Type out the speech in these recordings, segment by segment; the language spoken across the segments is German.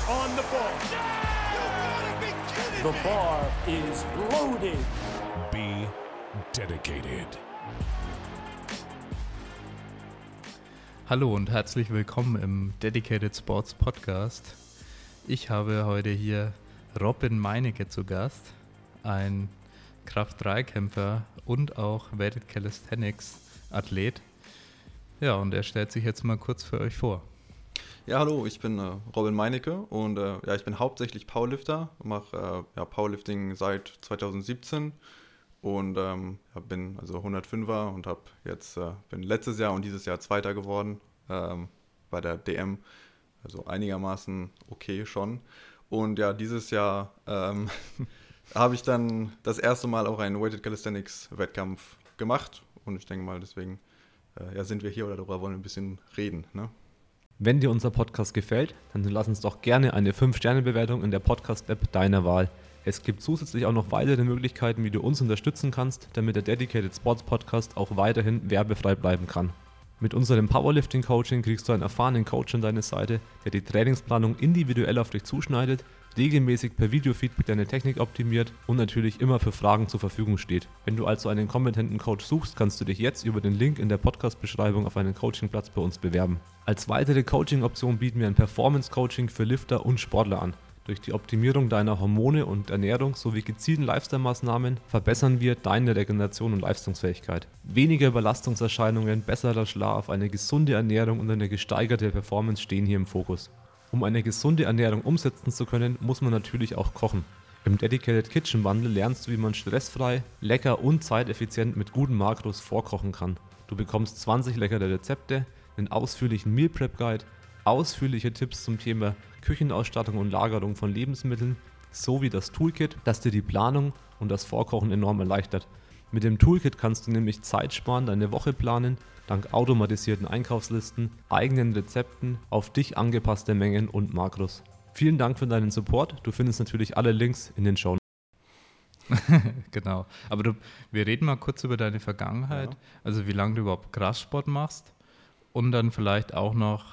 on the ball. The bar is loaded. Be dedicated. Hallo und herzlich willkommen im Dedicated Sports Podcast. Ich habe heute hier Robin Meinecke zu Gast, ein Kraft-3-Kämpfer und auch Weighted Calisthenics-Athlet. Ja, und er stellt sich jetzt mal kurz für euch vor. Ja, hallo, ich bin Robin Meinecke und ich bin hauptsächlich Powerlifter, mache Powerlifting seit 2017 und bin also 105er und bin letztes Jahr und dieses Jahr Zweiter geworden bei der DM, also einigermaßen okay schon. Und ja, dieses Jahr habe ich dann das erste Mal auch einen Weighted Calisthenics Wettkampf gemacht und ich denke mal, deswegen sind wir hier oder darüber wollen wir ein bisschen reden, ne? Wenn dir unser Podcast gefällt, dann lass uns doch gerne eine 5-Sterne-Bewertung in der Podcast-App deiner Wahl. Es gibt zusätzlich auch noch weitere Möglichkeiten, wie du uns unterstützen kannst, damit der Dedicated Sports Podcast auch weiterhin werbefrei bleiben kann. Mit unserem Powerlifting-Coaching kriegst du einen erfahrenen Coach an deine Seite, der die Trainingsplanung individuell auf dich zuschneidet, regelmäßig per Videofeedback deine Technik optimiert und natürlich immer für Fragen zur Verfügung steht. Wenn du also einen kompetenten Coach suchst, kannst du dich jetzt über den Link in der Podcast-Beschreibung auf einen Coachingplatz bei uns bewerben. Als weitere Coaching-Option bieten wir ein Performance-Coaching für Lifter und Sportler an. Durch die Optimierung deiner Hormone und Ernährung sowie gezielten Lifestyle-Maßnahmen verbessern wir deine Regeneration und Leistungsfähigkeit. Weniger Überlastungserscheinungen, besserer Schlaf, eine gesunde Ernährung und eine gesteigerte Performance stehen hier im Fokus. Um eine gesunde Ernährung umsetzen zu können, muss man natürlich auch kochen. Im Dedicated Kitchen Bundle lernst du, wie man stressfrei, lecker und zeiteffizient mit guten Makros vorkochen kann. Du bekommst 20 leckere Rezepte, einen ausführlichen Meal Prep Guide, ausführliche Tipps zum Thema Küchenausstattung und Lagerung von Lebensmitteln sowie das Toolkit, das dir die Planung und das Vorkochen enorm erleichtert. Mit dem Toolkit kannst du nämlich Zeit sparen, deine Woche planen, dank automatisierten Einkaufslisten, eigenen Rezepten, auf dich angepasste Mengen und Makros. Vielen Dank für deinen Support. Du findest natürlich alle Links in den Shownotes. Genau. Aber wir reden mal kurz über deine Vergangenheit, also wie lange du überhaupt Kraftsport machst und dann vielleicht auch noch,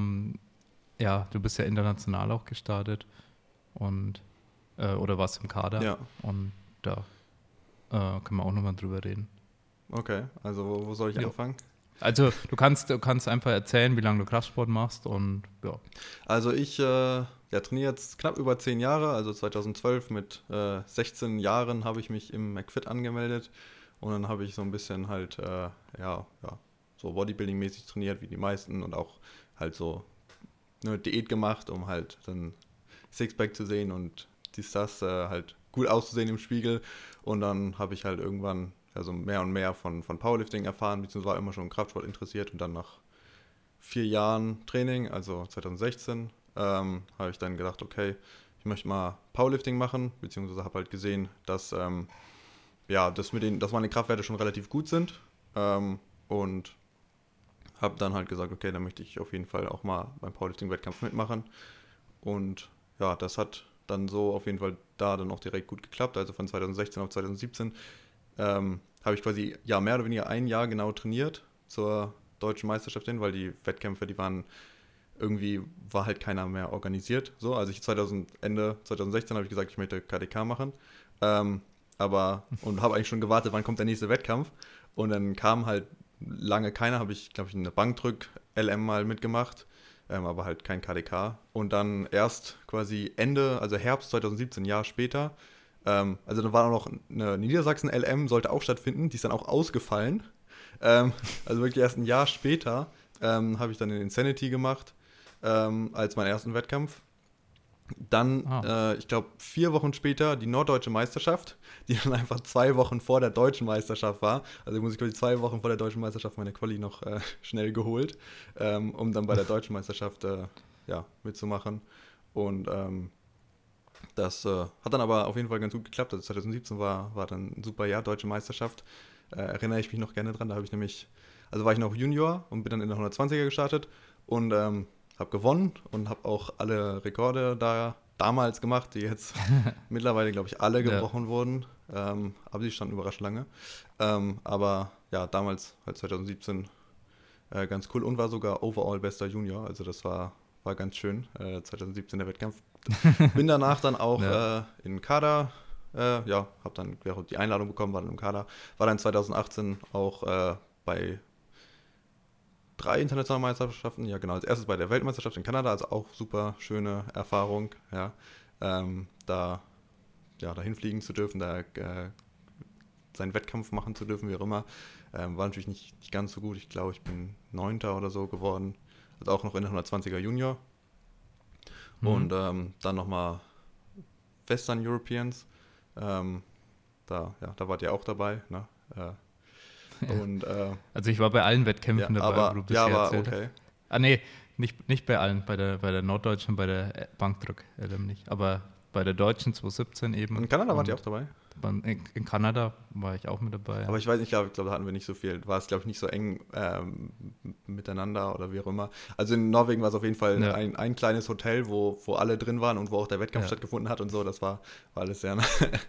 du bist ja international auch gestartet und oder warst im Kader und da können wir auch nochmal drüber reden. Okay, also wo soll ich anfangen? Also du kannst einfach erzählen, wie lange du Kraftsport machst und ja. Also ich trainiere jetzt knapp über 10 Jahre, also 2012 mit 16 Jahren habe ich mich im McFit angemeldet und dann habe ich so ein bisschen halt, so Bodybuilding-mäßig trainiert wie die meisten und auch halt so eine Diät gemacht, um halt dann Sixpack zu sehen und das halt gut auszusehen im Spiegel und dann habe ich halt irgendwann also mehr und mehr von Powerlifting erfahren, beziehungsweise war immer schon im Kraftsport interessiert und dann nach 4 Jahren Training, also 2016, habe ich dann gedacht, okay, ich möchte mal Powerlifting machen, beziehungsweise habe halt gesehen, dass meine Kraftwerte schon relativ gut sind und habe dann halt gesagt, okay, dann möchte ich auf jeden Fall auch mal beim Powerlifting-Wettkampf mitmachen und ja, das hat dann so auf jeden Fall da dann auch direkt gut geklappt, also von 2016 auf 2017 habe ich quasi mehr oder weniger ein Jahr genau trainiert zur deutschen Meisterschaft hin, weil die Wettkämpfe, war halt keiner mehr organisiert. So, also Ende 2016 habe ich gesagt, ich möchte KDK machen, und habe eigentlich schon gewartet, wann kommt der nächste Wettkampf und dann kam halt lange keiner, habe ich, glaube ich, eine Bankdrück-LM mal mitgemacht, aber halt kein KDK und dann erst quasi Herbst 2017, ein Jahr später. Also dann war auch noch eine Niedersachsen-LM, sollte auch stattfinden, die ist dann auch ausgefallen. Also wirklich erst ein Jahr später habe ich dann den Insanity gemacht, als meinen ersten Wettkampf. Dann, ich glaube, 4 Wochen später die Norddeutsche Meisterschaft, die dann einfach 2 Wochen vor der Deutschen Meisterschaft war. Also muss ich quasi 2 Wochen vor der Deutschen Meisterschaft meine Quali noch schnell geholt, um dann bei der Deutschen Meisterschaft mitzumachen. Und das hat dann aber auf jeden Fall ganz gut geklappt. Also 2017 war dann ein super Jahr, Deutsche Meisterschaft. Erinnere ich mich noch gerne dran. Da war ich noch Junior und bin dann in der 120er gestartet und habe gewonnen und habe auch alle Rekorde damals gemacht, die jetzt mittlerweile, glaube ich, alle gebrochen wurden. Aber die standen überraschend lange. Aber ja, damals, halt 2017, ganz cool und war sogar overall bester Junior. Also das war war ganz schön, 2017 der Wettkampf. Bin danach dann auch in Kader, habe dann die Einladung bekommen, war dann im Kader. War dann 2018 auch bei 3 internationalen Meisterschaften, ja genau, als erstes bei der Weltmeisterschaft in Kanada, also auch super schöne Erfahrung, ja, dahin fliegen zu dürfen, da seinen Wettkampf machen zu dürfen, wie auch immer, war natürlich nicht ganz so gut, ich glaube, ich bin 9. oder so geworden, also auch noch in der 120er Junior und dann nochmal Western Europeans, da wart ihr auch dabei, ne, und, also ich war bei allen Wettkämpfen dabei, wo du bisher erzählt okay. hast. Nee, nicht bei allen, bei der Norddeutschen, bei der Bankdrück nicht, aber bei der Deutschen 2017 eben. Und in Kanada wart ihr auch dabei? In Kanada war ich auch mit dabei. Aber ich weiß nicht, ich glaube, da hatten wir nicht so viel, war es, glaube ich, nicht so eng miteinander oder wie auch immer. Also in Norwegen war es auf jeden Fall ein kleines Hotel, wo alle drin waren und wo auch der Wettkampf stattgefunden hat und so, das war alles sehr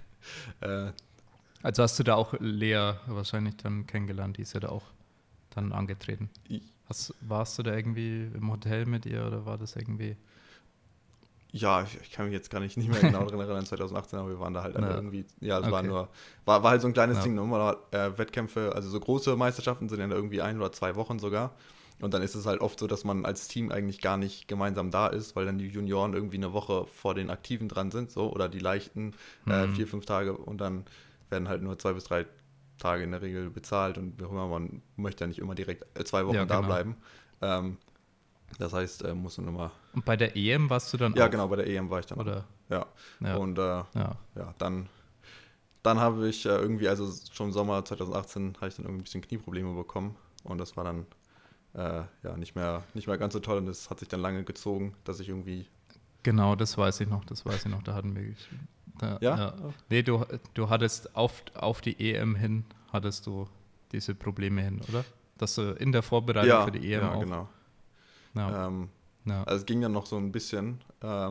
also hast du da auch Lea wahrscheinlich dann kennengelernt, die ist ja da auch dann angetreten. Warst du da irgendwie im Hotel mit ihr oder war das irgendwie? Ja, ich kann mich jetzt gar nicht mehr genau dran erinnern, 2018, aber wir waren da halt alle irgendwie, war halt so ein kleines Ding, immer Wettkämpfe, also so große Meisterschaften sind ja irgendwie 1 oder 2 Wochen sogar. Und dann ist es halt oft so, dass man als Team eigentlich gar nicht gemeinsam da ist, weil dann die Junioren irgendwie eine Woche vor den Aktiven dran sind, so, oder die leichten 4-5 Tage und dann werden halt nur 2 bis 3 Tage in der Regel bezahlt und wie auch immer, man möchte ja nicht immer direkt 2 Wochen da bleiben. Das heißt, muss man immer... Und bei der EM warst du dann auch? Ja, genau, bei der EM war ich dann oder? auch. Ja. Und dann habe ich irgendwie, also schon im Sommer 2018, habe ich dann irgendwie ein bisschen Knieprobleme bekommen und das war dann nicht mehr ganz so toll und das hat sich dann lange gezogen, dass ich irgendwie... Genau, das weiß ich noch, da hatten wir... Nee, du hattest auf die EM hin, hattest du diese Probleme hin, oder? Dass du in der Vorbereitung für die EM auch... Genau. Ja, Also es ging dann noch so ein bisschen,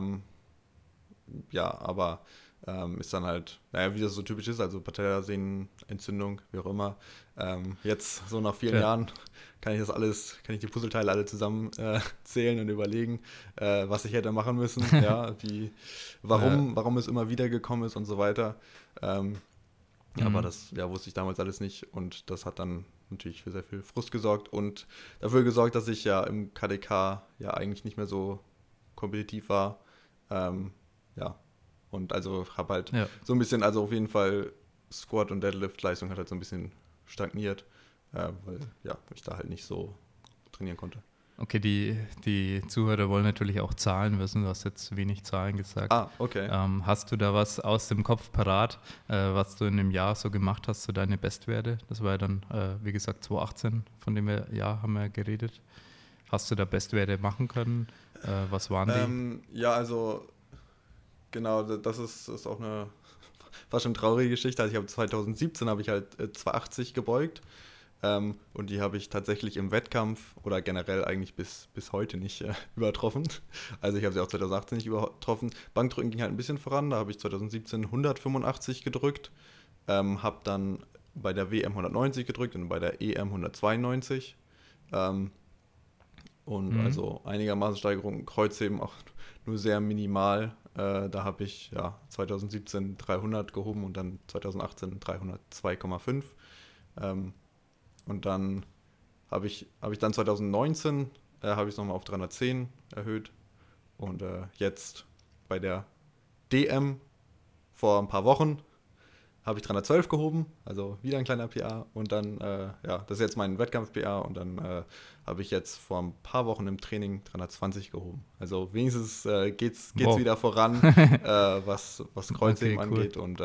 aber ist dann halt, wie das so typisch ist, also Patellasehnenentzündung, wie auch immer. Jetzt, so nach vielen Jahren, kann ich die Puzzleteile alle zusammen zählen und überlegen, was ich hätte machen müssen, warum es immer wieder gekommen ist und so weiter. Aber das wusste ich damals alles nicht und das hat dann natürlich für sehr viel Frust gesorgt und dafür gesorgt, dass ich ja im KDK ja eigentlich nicht mehr so kompetitiv war. Und also habe halt so ein bisschen, also auf jeden Fall Squat- und Deadlift-Leistung hat halt so ein bisschen stagniert, weil ich da halt nicht so trainieren konnte. Okay, die Zuhörer wollen natürlich auch Zahlen wissen. Du hast jetzt wenig Zahlen gesagt. Okay. Hast du da was aus dem Kopf parat, was du in dem Jahr so gemacht hast, so deine Bestwerte? Das war ja dann, wie gesagt, 2018, von dem haben wir geredet. Hast du da Bestwerte machen können? Was waren die? Also genau, das ist auch eine fast schon traurige Geschichte. Also 2017 habe ich halt 280 gebeugt. Und die habe ich tatsächlich im Wettkampf oder generell eigentlich bis heute nicht übertroffen. Also ich habe sie auch 2018 nicht übertroffen. Bankdrücken ging halt ein bisschen voran, da habe ich 2017 185 gedrückt, habe dann bei der WM 190 gedrückt und bei der EM 192. Also einigermaßen Steigerung, Kreuzheben auch nur sehr minimal. Da habe ich 2017 300 gehoben und dann 2018 302,5. Und dann habe ich dann 2019 habe ich es nochmal auf 310 erhöht und jetzt bei der DM vor ein paar Wochen habe ich 312 gehoben, also wieder ein kleiner PA und dann, das ist jetzt mein Wettkampf-PA und dann habe ich jetzt vor ein paar Wochen im Training 320 gehoben. Also wenigstens geht's wieder voran, was Kreuzheben angeht und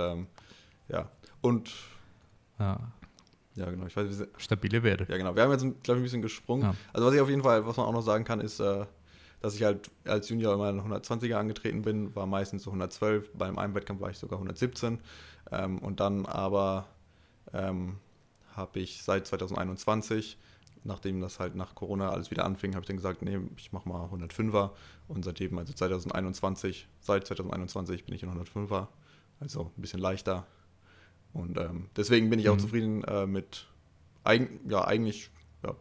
ja, genau. Ich weiß, stabile Werte. Ja, genau. Wir haben jetzt, glaube ich, ein bisschen gesprungen. Ja. Also was man auch noch sagen kann, ist, dass ich halt als Junior immer in 120er angetreten bin, war meistens so 112. Beim einen Wettkampf war ich sogar 117. Und dann aber habe ich seit 2021, nachdem das halt nach Corona alles wieder anfing, habe ich dann gesagt, nee, ich mache mal 105er. Und seitdem, also seit 2021 bin ich in 105er. Also ein bisschen leichter. Und deswegen bin ich auch zufrieden mit, eigentlich bin ich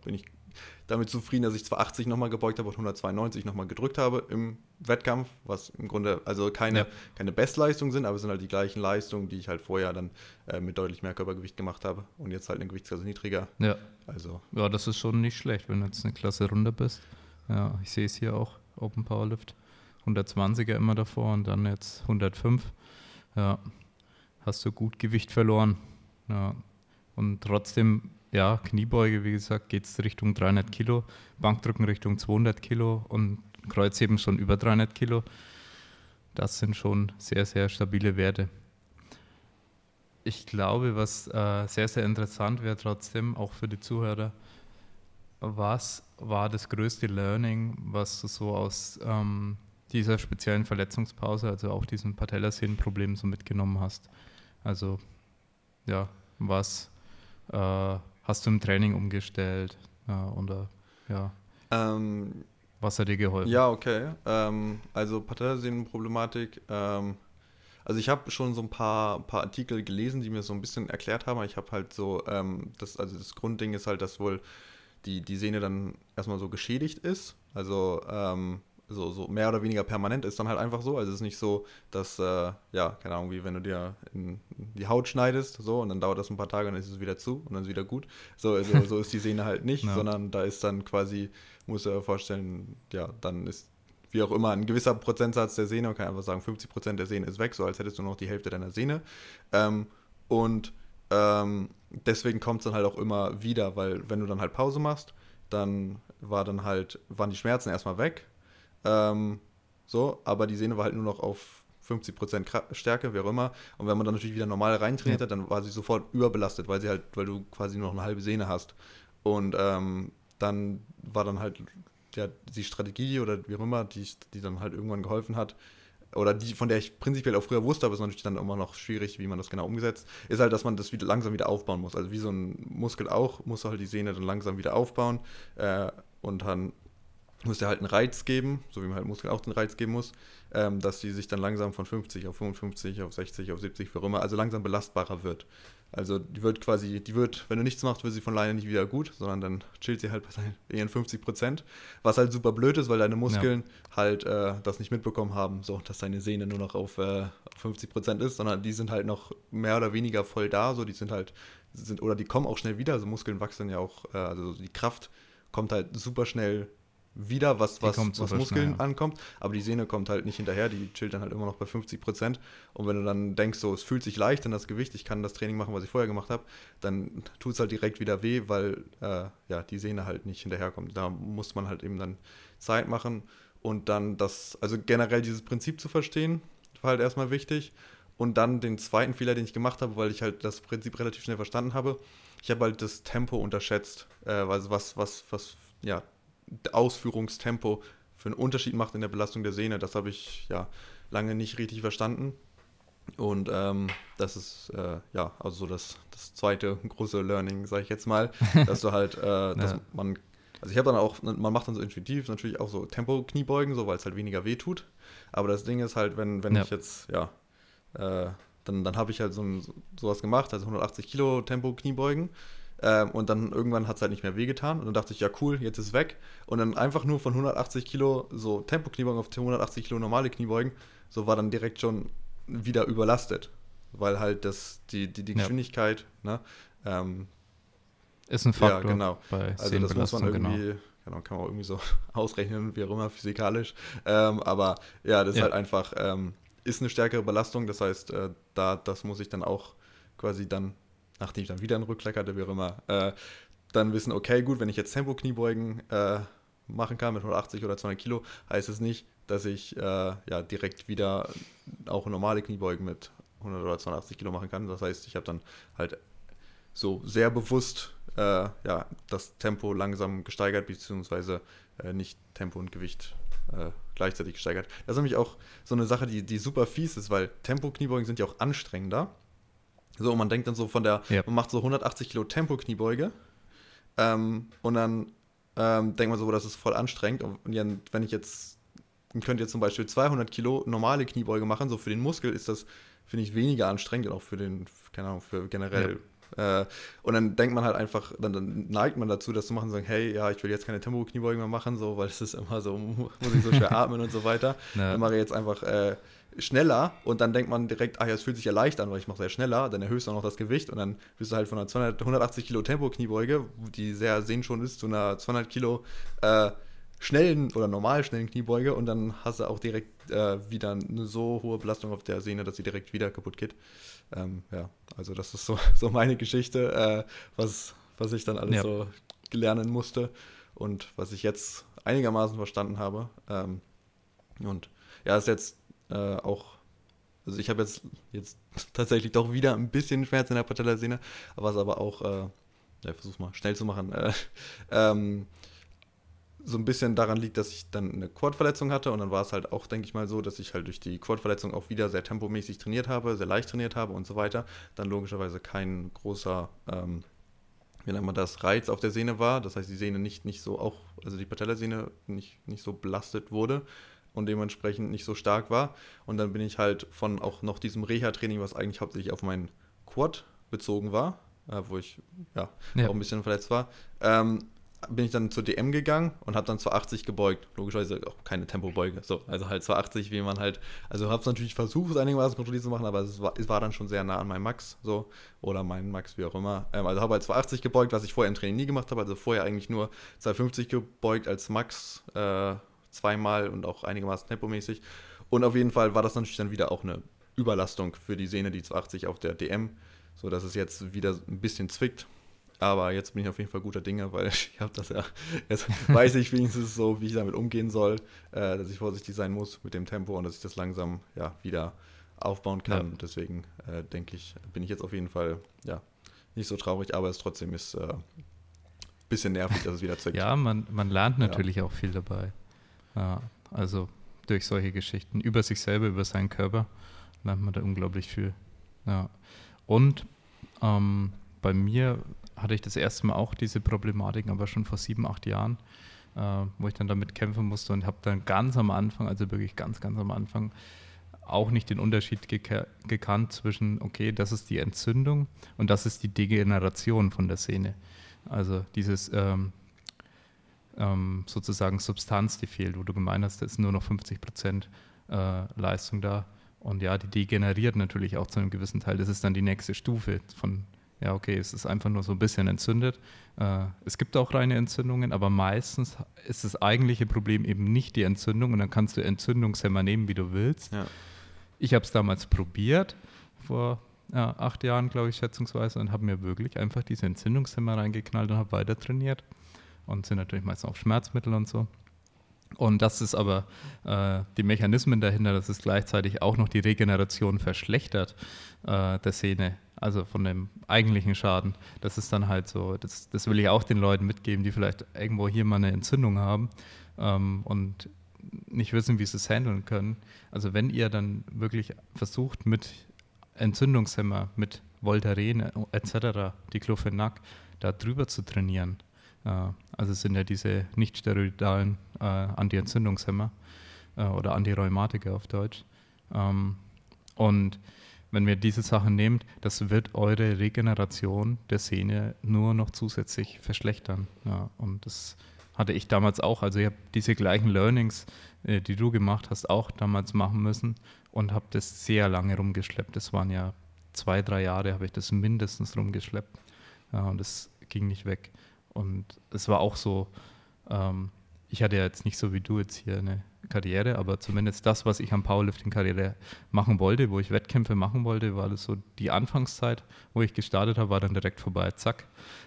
damit zufrieden, dass ich zwar 80 nochmal gebeugt habe und 192 nochmal gedrückt habe im Wettkampf, was im Grunde also keine Bestleistungen sind, aber es sind halt die gleichen Leistungen, die ich halt vorher dann mit deutlich mehr Körpergewicht gemacht habe und jetzt halt eine Gewichtsklasse niedriger. Ja. Also. Ja, das ist schon nicht schlecht, wenn du jetzt eine Klasse runter bist. Ja, ich sehe es hier auch, Open Powerlift. 120er immer davor und dann jetzt 105. Ja, hast du gut Gewicht verloren. Ja. Und trotzdem, ja, Kniebeuge, wie gesagt, geht es Richtung 300 Kilo, Bankdrücken Richtung 200 Kilo und Kreuzheben schon über 300 Kilo. Das sind schon sehr, sehr stabile Werte. Ich glaube, was sehr, sehr interessant wäre trotzdem, auch für die Zuhörer, was war das größte Learning, was du so aus dieser speziellen Verletzungspause, also auch diesem Patellasehnenproblem so mitgenommen hast? Also, ja, was hast du im Training umgestellt? Oder, ja, was hat dir geholfen? Ja, okay. Also Patellasehnenproblematik, also ich habe schon so ein paar Artikel gelesen, die mir so ein bisschen erklärt haben, aber ich habe halt so, das Grundding ist halt, dass wohl die Sehne dann erstmal so geschädigt ist, also so mehr oder weniger permanent ist dann halt einfach so, also es ist nicht so, dass, keine Ahnung, wie wenn du dir in die Haut schneidest, so, und dann dauert das ein paar Tage und dann ist es wieder zu und dann ist es wieder gut, so ist die Sehne halt nicht, Ja. sondern da ist dann quasi, musst du dir vorstellen, ja, dann ist wie auch immer ein gewisser Prozentsatz der Sehne, man kann einfach sagen, 50% der Sehne ist weg, so als hättest du noch die Hälfte deiner Sehne, deswegen kommt es dann halt auch immer wieder, weil wenn du dann halt Pause machst, dann waren die Schmerzen erstmal weg, aber die Sehne war halt nur noch auf 50% Stärke, wie auch immer. Und wenn man dann natürlich wieder normal reintrainiert hat, dann war sie sofort überbelastet, weil du quasi nur noch eine halbe Sehne hast. Und dann war dann halt die Strategie oder wie auch immer, die dann halt irgendwann geholfen hat, oder die, von der ich prinzipiell auch früher wusste, aber es ist natürlich dann immer noch schwierig, wie man das genau umgesetzt, ist halt, dass man das langsam wieder aufbauen muss. Also wie so ein Muskel auch, musst du halt die Sehne dann langsam wieder aufbauen und dann muss der halt einen Reiz geben, so wie man halt Muskeln auch den Reiz geben muss, dass die sich dann langsam von 50 auf 55, auf 60, auf 70, wie auch immer, also langsam belastbarer wird. Also die wird, wenn du nichts machst, wird sie von alleine nicht wieder gut, sondern dann chillt sie halt bei ihren 50%, was halt super blöd ist, weil deine Muskeln halt das nicht mitbekommen haben, so dass deine Sehne nur noch auf 50% ist, sondern die sind halt noch mehr oder weniger voll da, so die die kommen auch schnell wieder, also Muskeln wachsen ja auch, also die Kraft kommt halt super schnell wieder, was Muskeln ankommt, aber die Sehne kommt halt nicht hinterher, die chillt dann halt immer noch bei 50%, und wenn du dann denkst, so, es fühlt sich leicht an das Gewicht, ich kann das Training machen, was ich vorher gemacht habe, dann tut es halt direkt wieder weh, weil die Sehne halt nicht hinterherkommt. Da muss man halt eben dann Zeit machen und dann also generell dieses Prinzip zu verstehen, war halt erstmal wichtig, und dann den zweiten Fehler, den ich gemacht habe, weil ich halt das Prinzip relativ schnell verstanden habe, ich habe halt das Tempo unterschätzt, also was Ausführungstempo für einen Unterschied macht in der Belastung der Sehne. Das habe ich lange nicht richtig verstanden. Und das ist also so das zweite große Learning, sage ich jetzt mal, dass du halt, dass ich habe dann auch, man macht dann so intuitiv natürlich auch so Tempo-Kniebeugen, so, weil es halt weniger weh tut. Aber das Ding ist halt, wenn ich jetzt, dann habe ich halt sowas gemacht, also 180 Kilo Tempo-Kniebeugen. Und dann irgendwann hat es halt nicht mehr wehgetan. Und dann dachte ich, ja cool, jetzt ist es weg. Und dann einfach nur von 180 Kilo so Tempo-Kniebeugen auf 180 Kilo normale Kniebeugen, so war dann direkt schon wieder überlastet. Weil halt die Geschwindigkeit, ne? Ist ein Faktor. Ja, genau. Bei also das muss man irgendwie, genau. kann man irgendwie so ausrechnen, wie auch immer, physikalisch. Aber ja, das ist halt einfach, ist eine stärkere Belastung. Das heißt, das muss ich dann auch quasi dann, nachdem ich dann wieder einen Rückschlag hatte, wie auch immer, dann wissen, okay, gut, wenn ich jetzt Tempo-Kniebeugen machen kann mit 180 oder 200 Kilo, heißt es nicht, dass ich direkt wieder auch normale Kniebeugen mit 100 oder 280 Kilo machen kann. Das heißt, ich habe dann halt so sehr bewusst das Tempo langsam gesteigert, beziehungsweise nicht Tempo und Gewicht gleichzeitig gesteigert. Das ist nämlich auch so eine Sache, die super fies ist, weil Tempo-Kniebeugen sind ja auch anstrengender. So, und man denkt dann so man macht so 180 Kilo Tempo-Kniebeuge und dann denkt man so, das ist voll anstrengend. Und wenn ich könnte jetzt zum Beispiel 200 Kilo normale Kniebeuge machen, so für den Muskel ist das, finde ich, weniger anstrengend und auch für für generell Und dann denkt man halt einfach, dann neigt man dazu, das zu machen, sagen, hey, ja, ich will jetzt keine Tempo-Kniebeugen mehr machen, so, weil es ist immer so, muss ich so schwer atmen und so weiter. Ja. Dann mache ich jetzt einfach schneller und dann denkt man direkt, ach ja, es fühlt sich ja leicht an, weil ich mache sehr schneller, dann erhöhst du auch noch das Gewicht und dann bist du halt von einer 180 Kilo Tempo-Kniebeuge, die sehr sehnschonend ist, zu einer 200 Kilo schnellen oder normal schnellen Kniebeuge und dann hast du auch direkt wieder eine so hohe Belastung auf der Sehne, dass sie direkt wieder kaputt geht. Ja, also das ist so meine Geschichte, was ich dann alles so lernen musste und was ich jetzt einigermaßen verstanden habe. Und ja, ist jetzt auch, also ich habe jetzt tatsächlich doch wieder ein bisschen Schmerz in der Patellasehne, was aber auch, ich versuch's mal schnell zu machen, so ein bisschen daran liegt, dass ich dann eine Quad-Verletzung hatte und dann war es halt auch, denke ich mal, so, dass ich halt durch die Quad-Verletzung auch wieder sehr tempomäßig trainiert habe, sehr leicht trainiert habe und so weiter. Dann logischerweise kein großer, wie nennt man das, Reiz auf der Sehne war. Das heißt, die Sehne nicht so auch, also die Patellasehne nicht so belastet wurde und dementsprechend nicht so stark war. Und dann bin ich halt von auch noch diesem Reha-Training, was eigentlich hauptsächlich auf meinen Quad bezogen war, wo ich auch ein bisschen verletzt war, bin ich dann zur DM gegangen und habe dann 280 gebeugt. Logischerweise auch keine Tempobeuge. So, also halt 280, wie man halt, also habe es natürlich versucht, einigermaßen kontrolliert zu machen, aber es war dann schon sehr nah an meinem Max, so, oder meinen Max, wie auch immer. Also habe halt 280 gebeugt, was ich vorher im Training nie gemacht habe, also vorher eigentlich nur 250 gebeugt als Max, zweimal und auch einigermaßen tempomäßig. Und auf jeden Fall war das natürlich dann wieder auch eine Überlastung für die Sehne, die 280 auf der DM, so dass es jetzt wieder ein bisschen zwickt. Aber jetzt bin ich auf jeden Fall guter Dinge, weil ich habe das ja, jetzt weiß ich wenigstens so, wie ich damit umgehen soll, dass ich vorsichtig sein muss mit dem Tempo und dass ich das langsam wieder aufbauen kann. Ja. Deswegen denke ich, bin ich jetzt auf jeden Fall nicht so traurig, aber es trotzdem ist ein bisschen nervig, dass es wieder zwickt. Ja, man lernt natürlich auch viel dabei. Ja, also durch solche Geschichten, über sich selber, über seinen Körper, lernt man da unglaublich viel. Ja. Und bei mir hatte ich das erste Mal auch diese Problematiken, aber schon vor 7, 8 Jahren, wo ich dann damit kämpfen musste und habe dann ganz am Anfang, also wirklich ganz, ganz am Anfang, auch nicht den Unterschied gekannt zwischen, okay, das ist die Entzündung und das ist die Degeneration von der Sehne. Also dieses sozusagen Substanz, die fehlt, wo du gemeint hast, da ist nur noch 50% Leistung da. Und ja, die degeneriert natürlich auch zu einem gewissen Teil. Das ist dann die nächste Stufe von, ja, okay, es ist einfach nur so ein bisschen entzündet. Es gibt auch reine Entzündungen, aber meistens ist das eigentliche Problem eben nicht die Entzündung und dann kannst du Entzündungshemmer nehmen, wie du willst. Ja. Ich habe es damals probiert, vor 8 Jahren, glaube ich, schätzungsweise, und habe mir wirklich einfach diese Entzündungshemmer reingeknallt und habe weiter trainiert und sind natürlich meistens auf Schmerzmittel und so. Und das ist aber die Mechanismen dahinter, dass es gleichzeitig auch noch die Regeneration verschlechtert der Sehne, also von dem eigentlichen Schaden. Das ist dann halt so, das will ich auch den Leuten mitgeben, die vielleicht irgendwo hier mal eine Entzündung haben und nicht wissen, wie sie es handeln können. Also wenn ihr dann wirklich versucht, mit Entzündungshemmer, mit Voltaren etc., Diclofenac, da drüber zu trainieren. Also es sind ja diese nicht steroidalen Anti-Entzündungshemmer oder Antirheumatika auf Deutsch. Und wenn ihr diese Sachen nehmt, das wird eure Regeneration der Sehne nur noch zusätzlich verschlechtern. Ja, und das hatte ich damals auch. Also ich habe diese gleichen Learnings, die du gemacht hast, auch damals machen müssen und habe das sehr lange rumgeschleppt. Das waren ja 2, 3 Jahre, habe ich das mindestens rumgeschleppt. Ja, und das ging nicht weg. Und es war auch so, ich hatte ja jetzt nicht so wie du jetzt hier eine Karriere, aber zumindest das, was ich an Powerlifting-Karriere machen wollte, wo ich Wettkämpfe machen wollte, war das so die Anfangszeit, wo ich gestartet habe, war dann direkt vorbei, zack.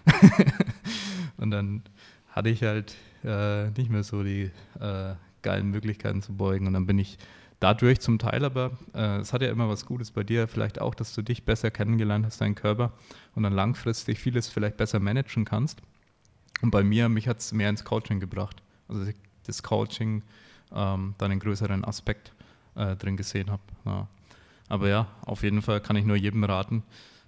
Und dann hatte ich halt nicht mehr so die geilen Möglichkeiten zu beugen und dann bin ich dadurch zum Teil, aber es hat ja immer was Gutes bei dir, vielleicht auch, dass du dich besser kennengelernt hast, deinen Körper und dann langfristig vieles vielleicht besser managen kannst. Und bei mir, mich hat es mehr ins Coaching gebracht. Also das Coaching dann einen größeren Aspekt drin gesehen habe. Ja. Aber ja, auf jeden Fall kann ich nur jedem raten,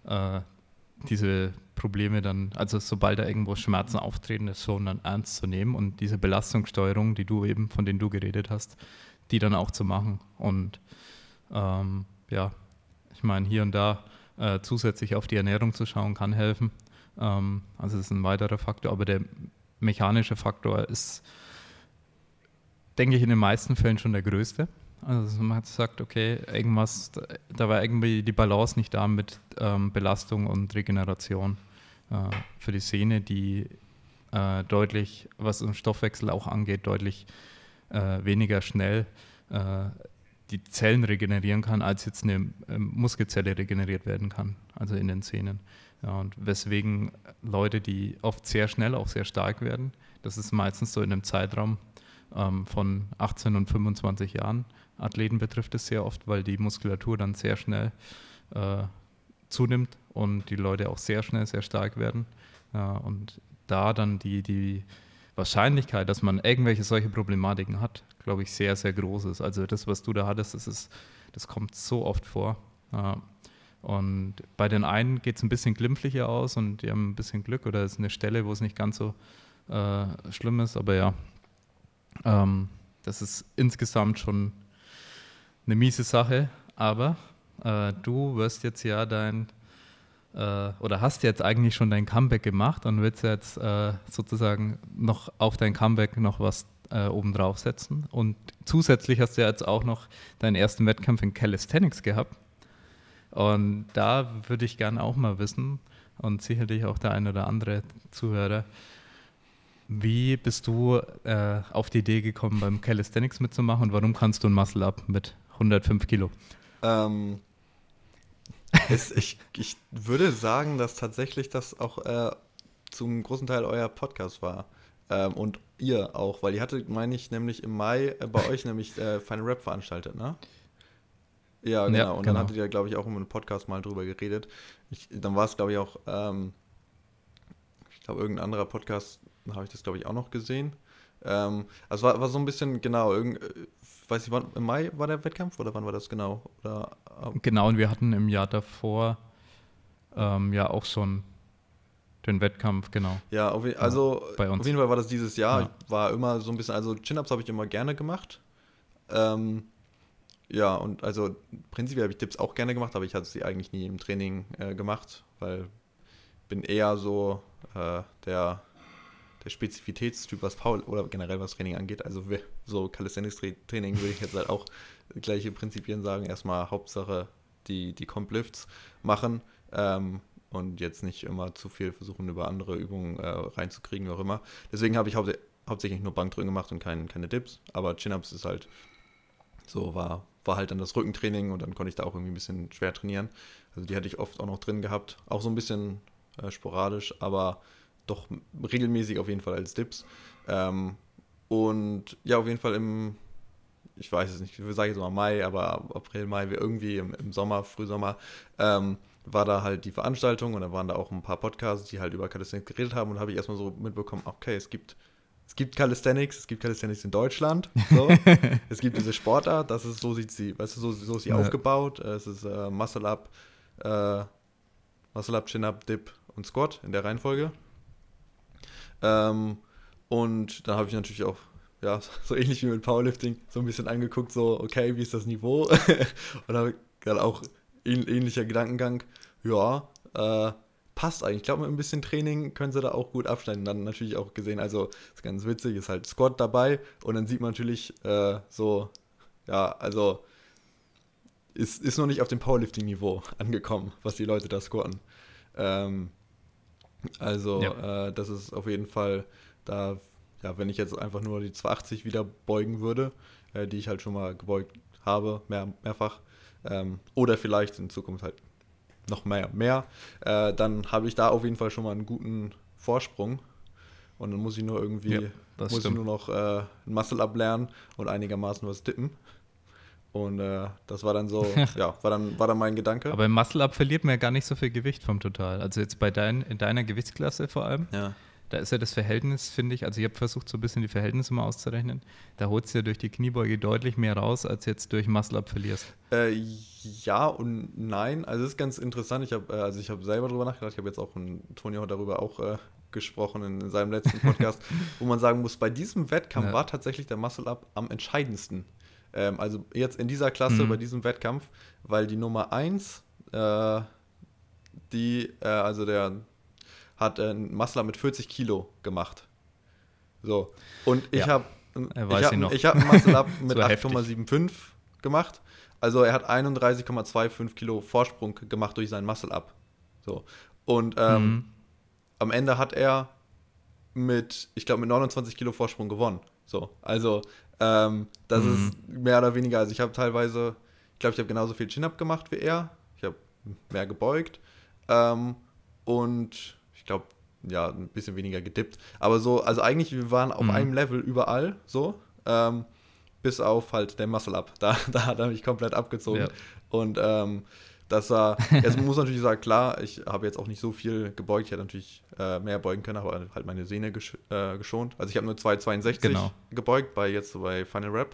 diese Probleme dann, also sobald da irgendwo Schmerzen auftreten, das schon dann ernst zu nehmen und diese Belastungssteuerung, von denen du geredet hast, die dann auch zu machen. Und ich meine, hier und da zusätzlich auf die Ernährung zu schauen, kann helfen. Also das ist ein weiterer Faktor, aber der mechanische Faktor ist, denke ich, in den meisten Fällen schon der größte. Also man hat sagt, okay, irgendwas, da war irgendwie die Balance nicht da mit Belastung und Regeneration für die Sehne, die deutlich, was den Stoffwechsel auch angeht, deutlich weniger schnell die Zellen regenerieren kann, als jetzt eine Muskelzelle regeneriert werden kann, also in den Zähnen. Ja, und weswegen Leute, die oft sehr schnell, auch sehr stark werden, das ist meistens so in einem Zeitraum von 18 und 25 Jahren. Athleten betrifft es sehr oft, weil die Muskulatur dann sehr schnell zunimmt und die Leute auch sehr schnell sehr stark werden. Und da dann die Wahrscheinlichkeit, dass man irgendwelche solche Problematiken hat, glaube ich, sehr, sehr groß ist. Also das, was du da hattest, das kommt so oft vor. Und bei den einen geht es ein bisschen glimpflicher aus und die haben ein bisschen Glück oder es ist eine Stelle, wo es nicht ganz so schlimm ist. Aber ja, das ist insgesamt schon eine miese Sache. Aber du wirst jetzt ja oder hast jetzt eigentlich schon dein Comeback gemacht und willst jetzt sozusagen noch auf dein Comeback noch was obendrauf setzen. Und zusätzlich hast du ja jetzt auch noch deinen ersten Wettkampf in Calisthenics gehabt. Und da würde ich gerne auch mal wissen, und sicherlich auch der ein oder andere Zuhörer, wie bist du auf die Idee gekommen, beim Calisthenics mitzumachen und warum kannst du ein Muscle-Up mit 105 Kilo? Ich würde sagen, dass tatsächlich das auch zum großen Teil euer Podcast war. Und ihr auch, weil ihr hattet, meine ich, nämlich im Mai bei euch nämlich Final Rap veranstaltet, ne? Ja, genau. Ja, und genau. dann hattet ihr, glaube ich, auch im Podcast mal drüber geredet. Dann war es, glaube ich, auch, ich glaube, irgendein anderer Podcast, habe ich das, glaube ich, auch noch gesehen. Also war so ein bisschen, genau, weiß ich, wann, im Mai war der Wettkampf oder wann war das genau? Oder, Genau, und wir hatten im Jahr davor ja auch schon den Wettkampf, genau. ja, also bei uns. auf jeden Fall war das dieses Jahr. Ja. War immer so ein bisschen, also Chin-Ups habe ich immer gerne gemacht. Ja, und also prinzipiell habe ich Dips auch gerne gemacht, aber ich hatte sie eigentlich nie im Training gemacht, weil ich bin eher so der Spezifitätstyp, was Power oder generell was Training angeht. Also so Calisthenics-Training würde ich jetzt halt auch gleiche Prinzipien sagen. Erstmal Hauptsache die Comp-Lifts machen und jetzt nicht immer zu viel versuchen, über andere Übungen reinzukriegen, wie auch immer. Deswegen habe ich hauptsächlich nur Bankdrücken gemacht und keine Dips. Aber Chin-Ups ist halt so, war halt dann das Rückentraining und dann konnte ich da auch irgendwie ein bisschen schwer trainieren. Also die hatte ich oft auch noch drin gehabt. Auch so ein bisschen sporadisch, aber doch regelmäßig auf jeden Fall als Dips. Und ja, auf jeden Fall ich weiß es nicht, ich sage jetzt mal Mai, aber April, Mai, irgendwie im Sommer, Frühsommer, war da halt die Veranstaltung und da waren da auch ein paar Podcasts, die halt über Calisthenics geredet haben und da habe ich erstmal so mitbekommen, okay, es gibt Calisthenics, in Deutschland, so. Es gibt diese Sportart, das ist, so sieht sie, weißt du, so ist sie aufgebaut. Es ist Muscle-Up, Chin-Up, Dip und Squat in der Reihenfolge. Und dann habe ich natürlich auch, ja, so ähnlich wie mit Powerlifting, so ein bisschen angeguckt, so, okay, wie ist das Niveau? Und habe dann auch ähnlicher Gedankengang, ja, passt eigentlich. Ich glaube, mit ein bisschen Training können sie da auch gut abschneiden. Dann natürlich auch gesehen, also ist ganz witzig, ist halt Squat dabei und dann sieht man natürlich so, ja, also ist noch nicht auf dem Powerlifting-Niveau angekommen, was die Leute da squatten. Das ist auf jeden Fall da, ja, wenn ich jetzt einfach nur die 280 wieder beugen würde, die ich halt schon mal gebeugt habe, mehrfach, oder vielleicht in Zukunft halt noch mehr, dann habe ich da auf jeden Fall schon mal einen guten Vorsprung und dann muss ich nur irgendwie, ich nur noch ein Muscle-Up lernen und einigermaßen was dippen. Und das war dann so, ja, war dann mein Gedanke. Aber im Muscle-Up verliert man ja gar nicht so viel Gewicht vom Total. Also jetzt in deiner Gewichtsklasse vor allem, Ja. Da ist ja das Verhältnis, finde ich, also ich habe versucht, so ein bisschen die Verhältnisse mal auszurechnen, da holst du ja durch die Kniebeuge deutlich mehr raus, als jetzt durch Muscle-Up verlierst. Ja und nein, also es ist ganz interessant, ich habe selber drüber nachgedacht, ich habe jetzt auch mit Tonio darüber auch gesprochen in seinem letzten Podcast, wo man sagen muss, bei diesem Wettkampf war tatsächlich der Muscle-Up am entscheidendsten. Also jetzt in dieser Klasse, bei diesem Wettkampf, weil die Nummer 1, also der hat ein Muscle-Up mit 40 Kilo gemacht. So. Und ich Ja. habe Weiß hab ein Muscle-Up mit So heftig. 8,75 gemacht. Also er hat 31,25 Kilo Vorsprung gemacht durch sein Muscle-Up. So. Und am Ende hat er mit 29 Kilo Vorsprung gewonnen. So. Also das ist mehr oder weniger, also ich habe teilweise, ich glaube, ich habe genauso viel Chin-Up gemacht wie er. Ich habe mehr gebeugt. Und ich glaube, ja, ein bisschen weniger gedippt. Aber so, also eigentlich, wir waren auf einem Level überall, so. Bis auf halt der Muscle-Up. Da hat er mich komplett abgezogen. Ja. Und das war, jetzt muss natürlich sagen, klar, ich habe jetzt auch nicht so viel gebeugt. Ich hätte natürlich mehr beugen können, aber halt meine Sehne geschont. Also ich habe nur 2,62 Genau. gebeugt bei Final Rep.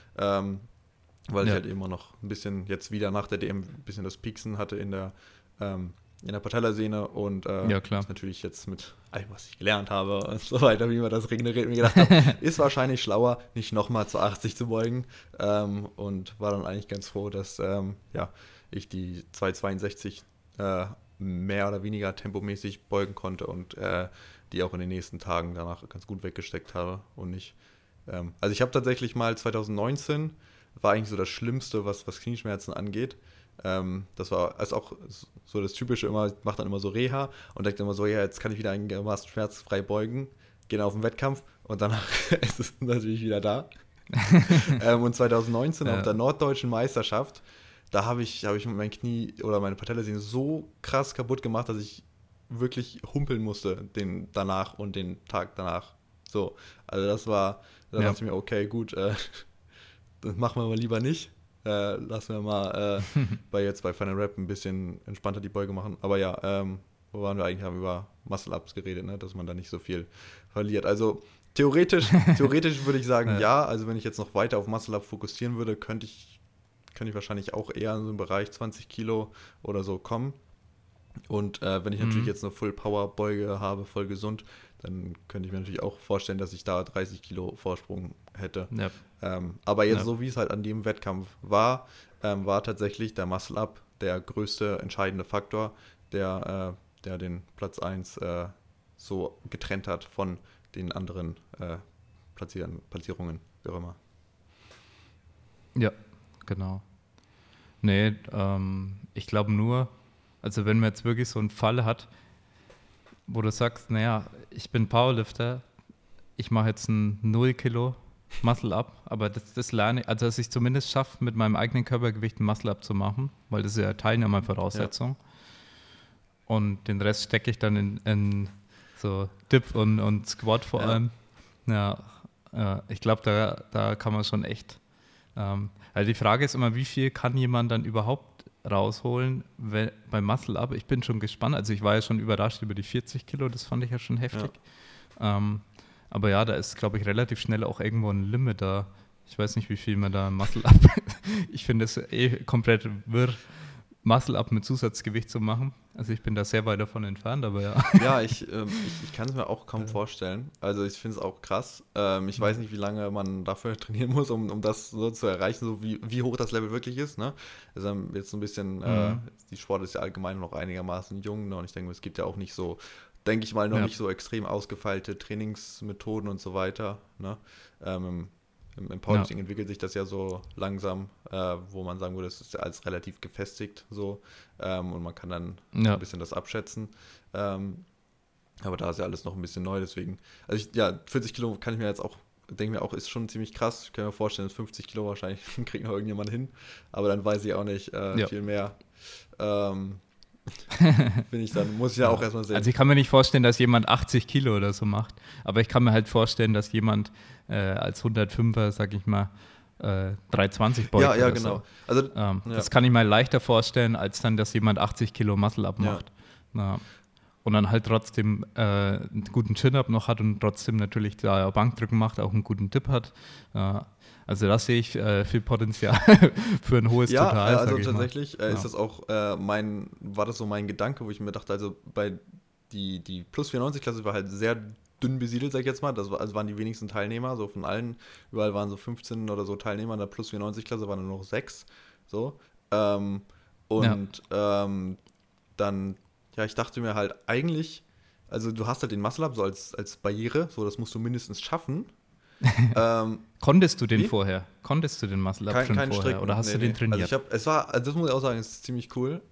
Weil ich Ja. halt immer noch ein bisschen jetzt wieder nach der DM ein bisschen das Pieksen hatte in der Patellasehne und Ja, klar. das natürlich jetzt mit allem, was ich gelernt habe und so weiter, wie man das regeneriert, mir gedacht habe, ist wahrscheinlich schlauer, nicht nochmal zu 80 zu beugen und war dann eigentlich ganz froh, dass ich die 2,62 mehr oder weniger tempomäßig beugen konnte und die auch in den nächsten Tagen danach ganz gut weggesteckt habe und nicht. Also ich habe tatsächlich mal 2019, war eigentlich so das Schlimmste, was Knieschmerzen angeht. Das war also auch so das Typische immer, ich mache dann immer so Reha und denke immer so, ja, jetzt kann ich wieder einigermaßen schmerzfrei beugen, gehe auf den Wettkampf und danach ist es natürlich wieder da. Und 2019 auf der norddeutschen Meisterschaft, da habe ich mein Knie oder meine Patellasehne so krass kaputt gemacht, dass ich wirklich humpeln musste den danach und den Tag danach. So, also da dachte ich mir, okay, gut, das machen wir mal lieber nicht. Lassen wir mal bei Final Rep ein bisschen entspannter die Beuge machen. Aber ja, wo waren wir eigentlich? Haben wir über Muscle-Ups geredet, ne? Dass man da nicht so viel verliert. Also theoretisch würde ich sagen, ja. Also wenn ich jetzt noch weiter auf Muscle-Up fokussieren würde, könnte ich wahrscheinlich auch eher in so einen Bereich 20 Kilo oder so kommen. Und wenn ich natürlich jetzt eine Full-Power-Beuge habe, voll gesund, dann könnte ich mir natürlich auch vorstellen, dass ich da 30 Kilo Vorsprung hätte. Ja. Aber jetzt so wie es halt an dem Wettkampf war, war tatsächlich der Muscle-Up der größte entscheidende Faktor, der den Platz 1 so getrennt hat von den anderen Platzierungen, wie auch immer. Ja, genau. Nee, ich glaube nur, also wenn man jetzt wirklich so einen Fall hat, wo du sagst, naja, ich bin Powerlifter, ich mache jetzt ein 0 Kilo Muscle-Up, aber das lerne ich, also dass ich zumindest schaffe, mit meinem eigenen Körpergewicht ein Muscle-Up zu machen, weil das ist ja Teilnehmervoraussetzung. Ja. Und den Rest stecke ich dann in so Dip und Squat vor allem. Ja, ich glaube, da kann man schon echt, also die Frage ist immer, wie viel kann jemand dann überhaupt rausholen beim Muscle-Up? Ich bin schon gespannt, also ich war ja schon überrascht über die 40 Kilo, das fand ich ja schon heftig. Ja. Aber ja, da ist, glaube ich, relativ schnell auch irgendwo ein Limit da. Ich weiß nicht, wie viel man da Muscle-Up, ich finde es komplett wirr, Muscle-Up mit Zusatzgewicht zu machen. Also ich bin da sehr weit davon entfernt, aber ja. Ja, ich kann es mir auch kaum vorstellen. Also ich finde es auch krass. Ich weiß nicht, wie lange man dafür trainieren muss, um das so zu erreichen, so wie hoch das Level wirklich ist. Ne? Also jetzt so ein bisschen, die Sport ist ja allgemein noch einigermaßen jung, ne? Und ich denke, es gibt ja auch nicht so, denke ich mal, noch nicht so extrem ausgefeilte Trainingsmethoden und so weiter. Ne? Im Powerlifting entwickelt sich das ja so langsam, wo man sagen würde, es ist ja alles relativ gefestigt so und man kann dann ein bisschen das abschätzen. Aber da ist ja alles noch ein bisschen neu, deswegen, also 40 Kilo kann ich mir jetzt auch, denke mir auch, ist schon ziemlich krass. Ich kann mir vorstellen, 50 Kilo wahrscheinlich kriegt noch irgendjemand hin, aber dann weiß ich auch nicht viel mehr. Muss ich ja auch erstmal sehen. Also ich kann mir nicht vorstellen, dass jemand 80 Kilo oder so macht, aber ich kann mir halt vorstellen, dass jemand als 105er, sag ich mal, 320 beugt. Ja, genau. So. Also, das kann ich mir leichter vorstellen, als dann, dass jemand 80 Kilo Muscle-Up macht. Ja. Und dann halt trotzdem einen guten Chin-Up noch hat und trotzdem natürlich da Bankdrücken macht, auch einen guten Dip hat. Also da sehe ich viel Potenzial für ein hohes Total. Ja, also tatsächlich ist das auch war das so mein Gedanke, wo ich mir dachte, also bei die Plus 94-Klasse war halt sehr dünn besiedelt, sag ich jetzt mal. Also waren die wenigsten Teilnehmer, so von allen, überall waren so 15 oder so Teilnehmer, in der Plus 94-Klasse waren nur noch 6. So. Dann ja, ich dachte mir halt eigentlich, also du hast halt den Muscle-Up so als Barriere, so das musst du mindestens schaffen. Konntest du den Wie? vorher? Konntest du den Muscle-Up schon vorher? Stricken. Oder hast du den trainiert? Also das muss ich auch sagen, ist ziemlich cool.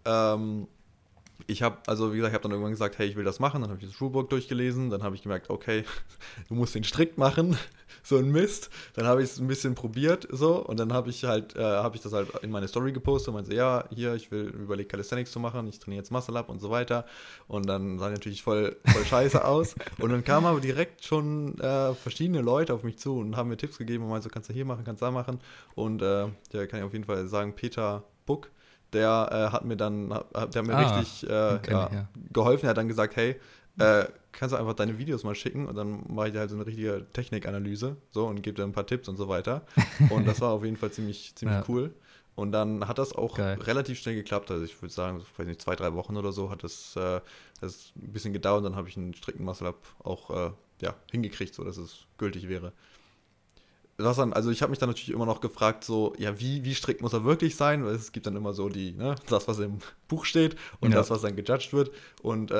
Ich habe, also wie gesagt, ich habe dann irgendwann gesagt, hey, ich will das machen. Dann habe ich das Rulebook durchgelesen. Dann habe ich gemerkt, okay, du musst den strikt machen. So ein Mist. Dann habe ich es ein bisschen probiert, so. Und dann habe ich das halt in meine Story gepostet und meinte, ja, hier, ich überlege Calisthenics zu machen. Ich trainiere jetzt Muscle-Up und so weiter. Und dann sah natürlich voll scheiße aus. Und dann kamen aber direkt schon verschiedene Leute auf mich zu und haben mir Tipps gegeben und meinten, so, kannst du hier machen, kannst du da machen. Und ja, kann ich auf jeden Fall sagen, Peter Buck, der hat mir richtig geholfen. Er hat dann gesagt, hey, kannst du einfach deine Videos mal schicken und dann mache ich dir halt so eine richtige Technikanalyse so und gebe dir ein paar Tipps und so weiter. Und das war auf jeden Fall ziemlich cool. Und dann hat das auch relativ schnell geklappt. Also ich würde sagen, weiß nicht, 2-3 Wochen oder so hat das ein bisschen gedauert. Dann habe ich einen strikten Muscle-Up auch hingekriegt, so dass es gültig wäre. Also ich habe mich dann natürlich immer noch gefragt, so, ja, wie strikt muss er wirklich sein? Weil es gibt dann immer so das, was im Buch steht und das, was dann gejudged wird. Und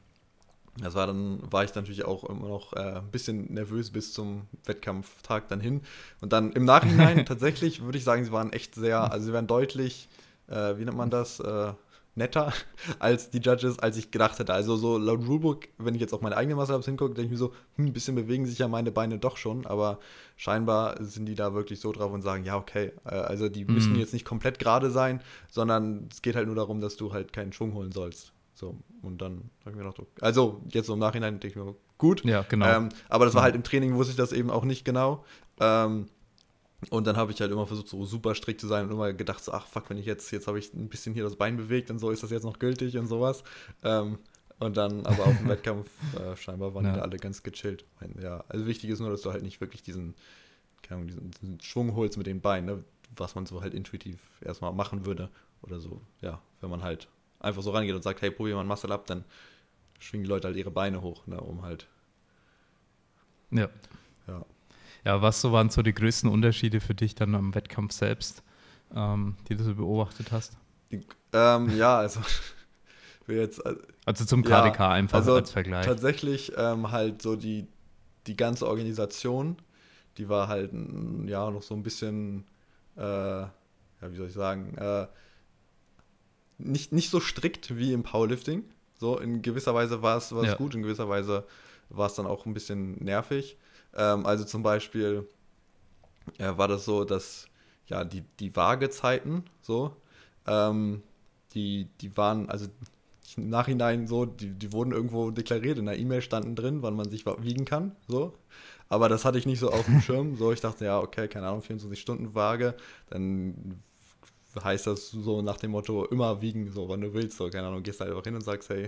war ich natürlich auch immer noch ein bisschen nervös bis zum Wettkampftag dann hin. Und dann im Nachhinein tatsächlich würde ich sagen, sie waren deutlich, wie nennt man das, netter als die Judges, als ich gedacht hätte. Also so laut Rulebook, wenn ich jetzt auf meine eigenen Muscle-Ups hingucke, denke ich mir so, ein bisschen bewegen sich ja meine Beine doch schon, aber scheinbar sind die da wirklich so drauf und sagen, ja, okay, also die müssen jetzt nicht komplett gerade sein, sondern es geht halt nur darum, dass du halt keinen Schwung holen sollst. So, und dann habe ich mir gedacht, okay. Also jetzt so im Nachhinein denke ich mir, gut. Ja, genau. Aber das war halt im Training, wusste ich das eben auch nicht genau. Und dann habe ich halt immer versucht, so super strikt zu sein und immer gedacht, so, ach fuck, wenn ich jetzt habe ich ein bisschen hier das Bein bewegt und so, ist das jetzt noch gültig und sowas. Und dann aber auf dem Wettkampf scheinbar waren die da alle ganz gechillt. Ja, also wichtig ist nur, dass du halt nicht wirklich diesen Schwung holst mit den Beinen, ne? Was man so halt intuitiv erstmal machen würde oder so. Ja, wenn man halt einfach so rangeht und sagt, hey, probier mal ein Muscle-Up, dann schwingen die Leute halt ihre Beine hoch, ne, um halt. Ja. Ja, was waren so die größten Unterschiede für dich dann am Wettkampf selbst, die du so beobachtet hast? Also also zum KDK einfach als Vergleich. Tatsächlich halt so die ganze Organisation, die war halt noch so ein bisschen, wie soll ich sagen, nicht so strikt wie im Powerlifting. So, in gewisser Weise war es gut, in gewisser Weise war es dann auch ein bisschen nervig. Also zum Beispiel war das so, dass die Waagezeiten so, die waren, also im Nachhinein so, die wurden irgendwo deklariert, in der E-Mail standen drin, wann man sich wiegen kann, so. Aber das hatte ich nicht so auf dem Schirm. So, ich dachte, ja, okay, keine Ahnung, 24 Stunden Waage, dann heißt das so nach dem Motto, immer wiegen, so, wann du willst, so, keine Ahnung, gehst halt einfach hin und sagst, hey.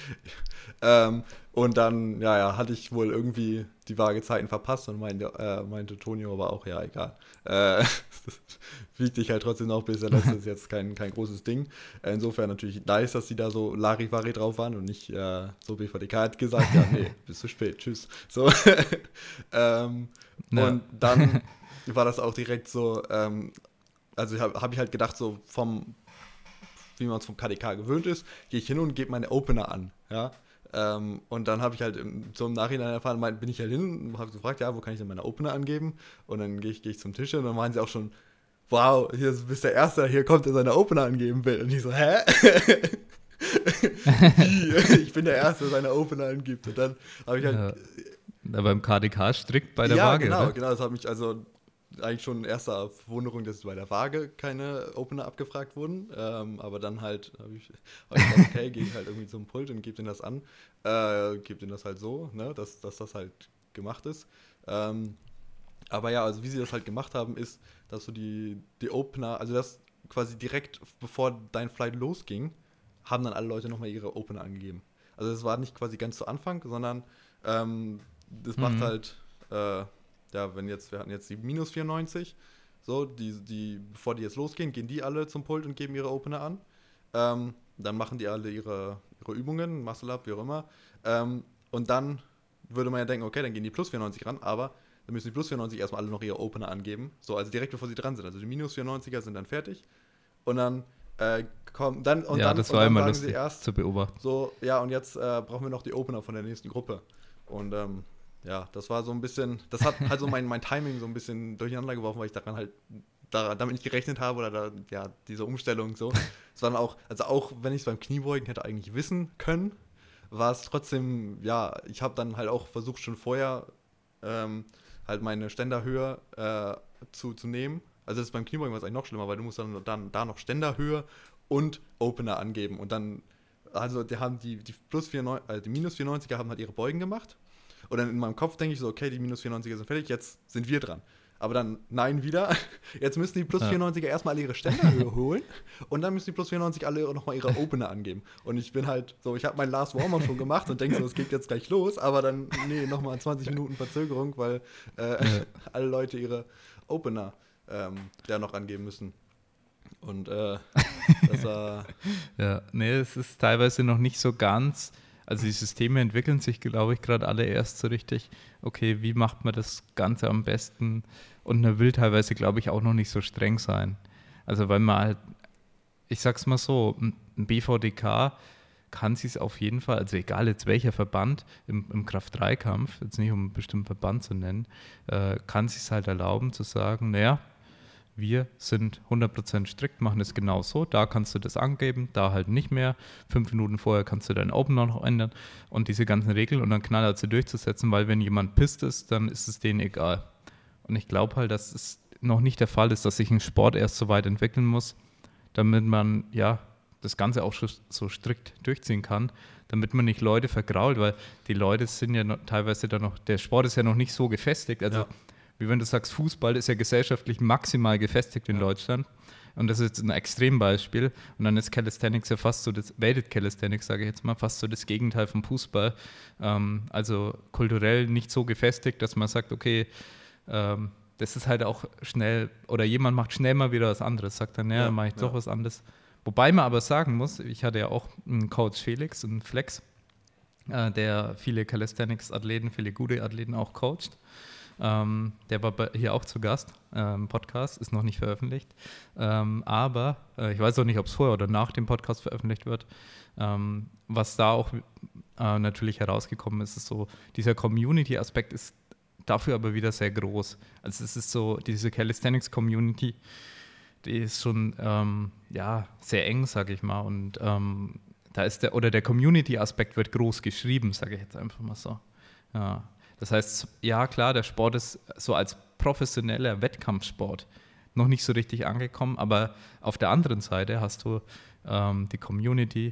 Und dann, hatte ich wohl irgendwie die Waagezeiten verpasst und meinte Tonio aber auch, ja, egal. Wiegt dich halt trotzdem noch, bis er lässt, ist jetzt kein großes Ding. Insofern natürlich nice, dass die da so Larifari drauf waren und nicht so BVDK hat gesagt, ja, nee, bist zu spät, tschüss. So. Und dann war das auch direkt so, also habe ich halt gedacht, so wie man es vom KDK gewöhnt ist, gehe ich hin und gebe meine Opener an, ja. Und dann habe ich halt so im Nachhinein erfahren, bin ich halt hin und habe gefragt, ja, wo kann ich denn meine Opener angeben? Und dann gehe ich zum Tisch und dann waren sie auch schon, wow, hier bist der Erste, der hier kommt, der seine Opener angeben will. Und ich so, hä? Wie? Ich bin der Erste, der seine Opener angibt. Und dann habe ich halt... Ja, beim KDK strikt bei der Waage, genau, oder? Genau, das hat mich also eigentlich schon in erster Verwunderung, dass bei der Waage keine Opener abgefragt wurden. Aber dann halt habe ich gedacht, okay, gehe ich halt irgendwie zum Pult und gebe denen das an. Gebe denen das halt so, ne, dass das halt gemacht ist. Aber ja, also wie sie das halt gemacht haben, ist, dass so die Opener, also das quasi direkt bevor dein Flight losging, haben dann alle Leute nochmal ihre Opener angegeben. Also das war nicht quasi ganz zu Anfang, sondern das macht halt, wir hatten jetzt die minus 94, so, bevor die jetzt losgehen, gehen die alle zum Pult und geben ihre Opener an. Dann machen die alle ihre Übungen, Muscle-Up, wie auch immer. Und dann würde man ja denken, okay, dann gehen die plus 94 ran, aber dann müssen die plus 94 erstmal alle noch ihre Opener angeben. So, also direkt bevor sie dran sind. Also die minus 94er sind dann fertig. Und dann komm, dann und Ja, dann, das und war dann immer sagen lustig sie erst zu beobachten. so, ja, und jetzt brauchen wir noch die Opener von der nächsten Gruppe. Und ja, das war so ein bisschen, das hat halt so mein Timing so ein bisschen durcheinander geworfen, weil ich daran halt damit nicht gerechnet habe oder ja, diese Umstellung so. Es war dann auch, also auch wenn ich es beim Kniebeugen hätte eigentlich wissen können, war es trotzdem, ja, ich habe dann halt auch versucht schon vorher halt meine Ständerhöhe zu nehmen. Also das ist beim Kniebeugen war es eigentlich noch schlimmer, weil du musst dann da noch Ständerhöhe und Opener angeben. Und dann, also die haben die plus 94, die minus 94er haben halt ihre Beugen gemacht. Und dann in meinem Kopf denke ich so, okay, die minus 94er sind fertig, jetzt sind wir dran. Aber dann, nein, wieder. Jetzt müssen die plus 94er erstmal alle ihre Ständerhöhe holen und dann müssen die plus 94 alle nochmal ihre Opener angeben. Und ich bin halt so, ich habe meinen Last Warm-Up schon gemacht und denke so, es geht jetzt gleich los, aber dann, nee, nochmal 20 Minuten Verzögerung, weil alle Leute ihre Opener da noch angeben müssen. Und das war... Ja, nee, es ist teilweise noch nicht so ganz, also die Systeme entwickeln sich, glaube ich, gerade alle erst so richtig, okay, wie macht man das Ganze am besten? Und man will teilweise, glaube ich, auch noch nicht so streng sein. Also weil man halt, ich sag's mal so, ein BVDK kann sich es auf jeden Fall, also egal jetzt welcher Verband im Kraft-3-Kampf, jetzt nicht um einen bestimmten Verband zu nennen, kann sich es halt erlauben zu sagen, naja, wir sind 100% strikt, machen es genau so, da kannst du das angeben, da halt nicht mehr. 5 Minuten vorher kannst du deinen Opener noch ändern und diese ganzen Regeln und dann knallhart sie durchzusetzen, weil wenn jemand pisst ist, dann ist es denen egal. Und ich glaube halt, dass es noch nicht der Fall ist, dass sich ein Sport erst so weit entwickeln muss, damit man ja das Ganze auch so strikt durchziehen kann, damit man nicht Leute vergrault, weil die Leute sind ja noch, teilweise dann noch, der Sport ist ja noch nicht so gefestigt, also wie wenn du sagst, Fußball ist ja gesellschaftlich maximal gefestigt in Deutschland. Und das ist jetzt ein Extrembeispiel. Und dann ist Calisthenics ja fast so das, Weighted Calisthenics, sage ich jetzt mal, fast so das Gegenteil vom Fußball. Also kulturell nicht so gefestigt, dass man sagt, okay, das ist halt auch schnell, oder jemand macht schnell mal wieder was anderes, sagt dann, ja, mache ich doch was anderes. Wobei man aber sagen muss, ich hatte ja auch einen Coach Felix, einen Flex, der viele Calisthenics-Athleten, viele gute Athleten auch coacht. Der war hier auch zu Gast im Podcast, ist noch nicht veröffentlicht. Aber ich weiß auch nicht, ob es vorher oder nach dem Podcast veröffentlicht wird. Was da auch natürlich herausgekommen ist, ist so, dieser Community-Aspekt ist dafür aber wieder sehr groß. Also es ist so, diese Calisthenics-Community, die ist schon sehr eng, sage ich mal. Und da ist der Community-Aspekt wird groß geschrieben, sage ich jetzt einfach mal so. Ja. Das heißt, ja klar, der Sport ist so als professioneller Wettkampfsport noch nicht so richtig angekommen, aber auf der anderen Seite hast du die Community,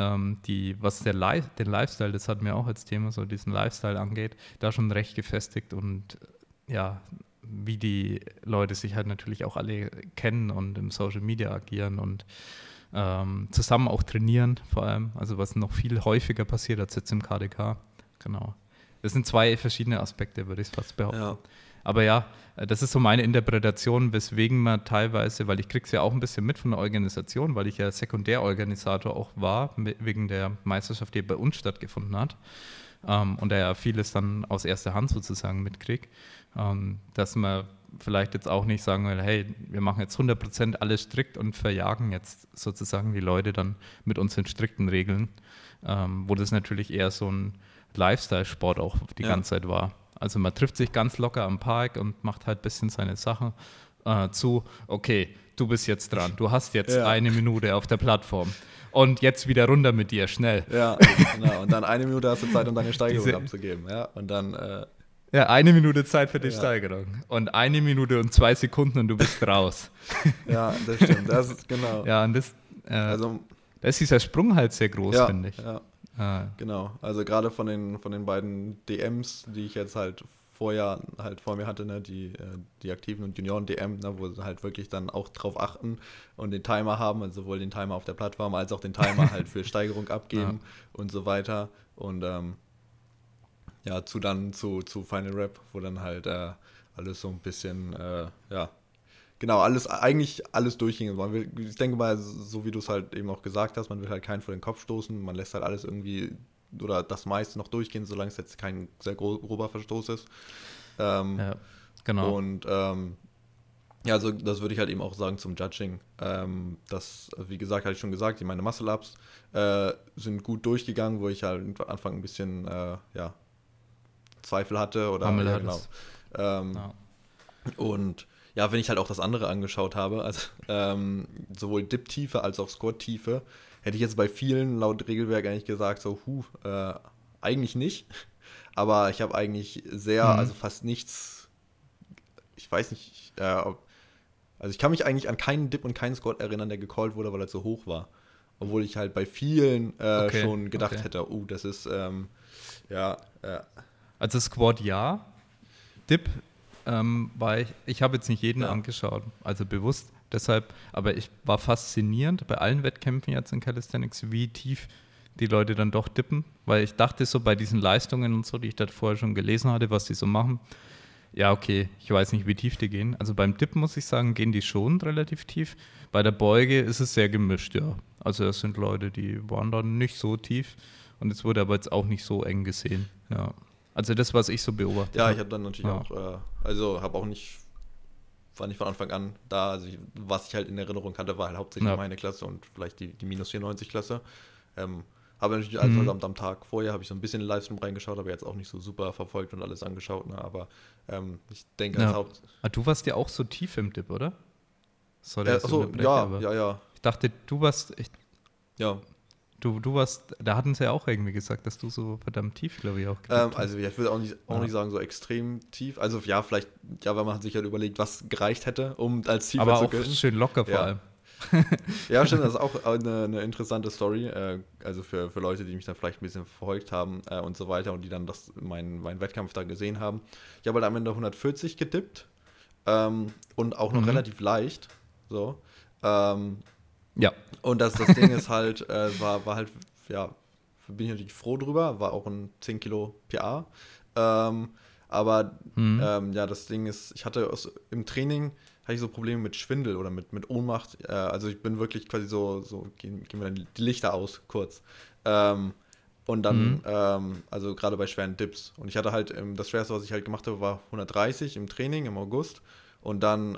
was den Lifestyle, das hatten wir auch als Thema, so diesen Lifestyle angeht, da schon recht gefestigt und ja, wie die Leute sich halt natürlich auch alle kennen und im Social Media agieren und zusammen auch trainieren vor allem, also was noch viel häufiger passiert als jetzt im KDK, genau. Das sind zwei verschiedene Aspekte, würde ich fast behaupten. Ja. Aber ja, das ist so meine Interpretation, weswegen man teilweise, weil ich kriege es ja auch ein bisschen mit von der Organisation, weil ich ja Sekundärorganisator auch war, wegen der Meisterschaft, die bei uns stattgefunden hat und da ja vieles dann aus erster Hand sozusagen mitkriege, dass man vielleicht jetzt auch nicht sagen will, hey, wir machen jetzt 100% alles strikt und verjagen jetzt sozusagen die Leute dann mit unseren strikten Regeln, wo das natürlich eher so ein Lifestyle-Sport auch die ganze Zeit war. Also man trifft sich ganz locker am Park und macht halt ein bisschen seine Sachen okay, du bist jetzt dran, du hast jetzt 1 Minute auf der Plattform und jetzt wieder runter mit dir, schnell. Ja, genau. Und dann 1 Minute hast du Zeit, um deine Steigerung abzugeben. Ja, und dann... 1 Minute Zeit für die Steigerung und 1 Minute und 2 Sekunden und du bist raus. Ja, das stimmt, das ist genau. Ja, und da ist dieser Sprung halt sehr groß, finde ich. Ja. Genau, also gerade von den beiden DMs, die ich jetzt halt vorher halt vor mir hatte, ne, die aktiven und Junioren-DM, ne, wo sie halt wirklich dann auch drauf achten und den Timer haben, also sowohl den Timer auf der Plattform als auch den Timer halt für Steigerung abgeben und so weiter und zu Final Rap, wo dann halt alles so ein bisschen, genau, eigentlich alles durchging. Ich denke mal, so wie du es halt eben auch gesagt hast, man will halt keinen vor den Kopf stoßen, man lässt halt alles irgendwie oder das meiste noch durchgehen, solange es jetzt kein sehr grober Verstoß ist. Genau. Und Ja, also das würde ich halt eben auch sagen zum Judging. Wie gesagt, hatte ich schon gesagt, meine Muscle-Ups sind gut durchgegangen, wo ich halt am Anfang ein bisschen Zweifel hatte oder Hammel ja, hattest. genau. Ja. Und ja, wenn ich halt auch das andere angeschaut habe, also sowohl Dip-Tiefe als auch Squat-Tiefe, hätte ich jetzt bei vielen laut Regelwerk eigentlich gesagt, so, eigentlich nicht. Aber ich habe eigentlich also fast nichts, ich weiß nicht, also ich kann mich eigentlich an keinen Dip und keinen Squat erinnern, der gecallt wurde, weil er zu hoch war. Obwohl ich halt bei vielen schon gedacht hätte, das ist, Also Squat ja, Dip ich habe jetzt nicht jeden Ja. angeschaut, also bewusst, deshalb, aber ich war faszinierend bei allen Wettkämpfen jetzt in Calisthenics, wie tief die Leute dann doch dippen, weil ich dachte so bei diesen Leistungen und so, die ich da vorher schon gelesen hatte, was die so machen, ja okay, ich weiß nicht, wie tief die gehen. Also beim Dip muss ich sagen, gehen die schon relativ tief. Bei der Beuge ist es sehr gemischt, ja. Also das sind Leute, die waren dann nicht so tief und es wurde aber jetzt auch nicht so eng gesehen, ja. Also das, was ich so beobachtet Ja, habe. ich habe dann natürlich Ja. auch, war nicht von Anfang an da, also was ich halt in Erinnerung hatte, war halt hauptsächlich Ja. meine Klasse und vielleicht die minus 94 Klasse. Aber natürlich also am Tag vorher habe ich so ein bisschen in den Livestream reingeschaut, aber jetzt auch nicht so super verfolgt und alles angeschaut, ne? Aber ich denke als Ja. Du warst ja auch so tief im Dip, oder? Sorry, dass ich unterbreche, aber ja. ich dachte, du warst, Ja, du warst, da hatten sie ja auch irgendwie gesagt, dass du so verdammt tief, glaube ich, auch gedippt hast. also ich würde auch nicht sagen so extrem tief. Also ja, vielleicht, ja, weil man sich halt überlegt, was gereicht hätte, um als tiefer aber zu auch gelten. schön locker vor Ja. allem. Ja, stimmt, das ist auch eine interessante Story. Also für Leute, die mich dann vielleicht ein bisschen verfolgt haben und so weiter und die dann meinen Wettkampf da gesehen haben. Ich habe halt am Ende 140 gedippt und auch noch relativ leicht. So. Ja. Und das Ding ist halt, war halt, ja, bin ich natürlich froh drüber, war auch ein 10 Kilo PA. Aber ja, das Ding ist, ich hatte im Training hatte ich so Probleme mit Schwindel oder mit Ohnmacht. Also ich bin wirklich quasi so gehen mir dann die Lichter aus, kurz. Und dann, also gerade bei schweren Dips. Und ich hatte halt, das Schwerste, was ich halt gemacht habe, war 130 im Training im August. Und dann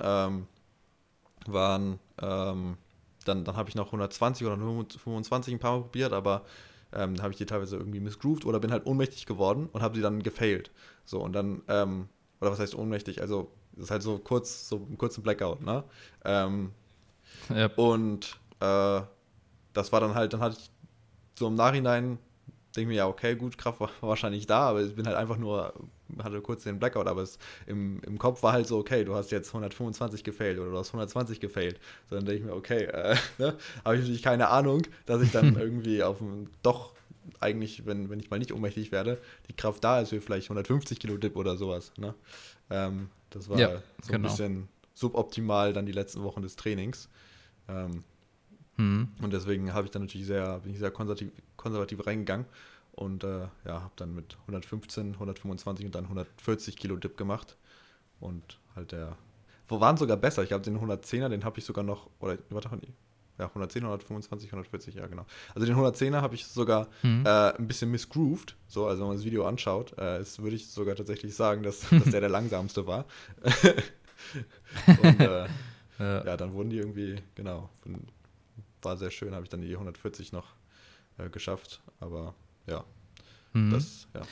dann habe ich noch 120 oder 25 ein paar Mal probiert, aber habe ich die teilweise irgendwie missgrooved oder bin halt ohnmächtig geworden und habe sie dann gefailt. So, und dann, oder was heißt ohnmächtig? Also, das ist halt so einen kurzen Blackout, ne? Ja. Und das war dann halt, dann hatte ich so im Nachhinein, denke mir, ja, okay, gut, Kraft war wahrscheinlich da, aber ich bin halt einfach nur, hatte kurz den Blackout, aber im Kopf war halt so, okay, du hast jetzt 125 gefailt oder du hast 120 gefailt. So, dann denke ich mir, okay, ne? Habe ich natürlich keine Ahnung, dass ich dann irgendwie doch eigentlich, wenn ich mal nicht ohnmächtig werde, die Kraft da ist für vielleicht 150 Kilo Dip oder sowas, ne? Das war Ja, so genau. ein bisschen suboptimal dann die letzten Wochen des Trainings. Und deswegen bin ich sehr konservativ reingegangen und habe dann mit 115, 125 und dann 140 Kilo Dip gemacht. Und halt waren sogar besser. Ich glaube, den 110er, den habe ich sogar noch, oder warte, ja, 110, 125, 140, ja, genau. Also den 110er habe ich sogar ein bisschen missgrooved. So, also wenn man das Video anschaut, würde ich sogar tatsächlich sagen, dass der langsamste war. Und ja, dann wurden die irgendwie, genau, war sehr schön, habe ich dann die 140 noch geschafft. Aber ja, ja.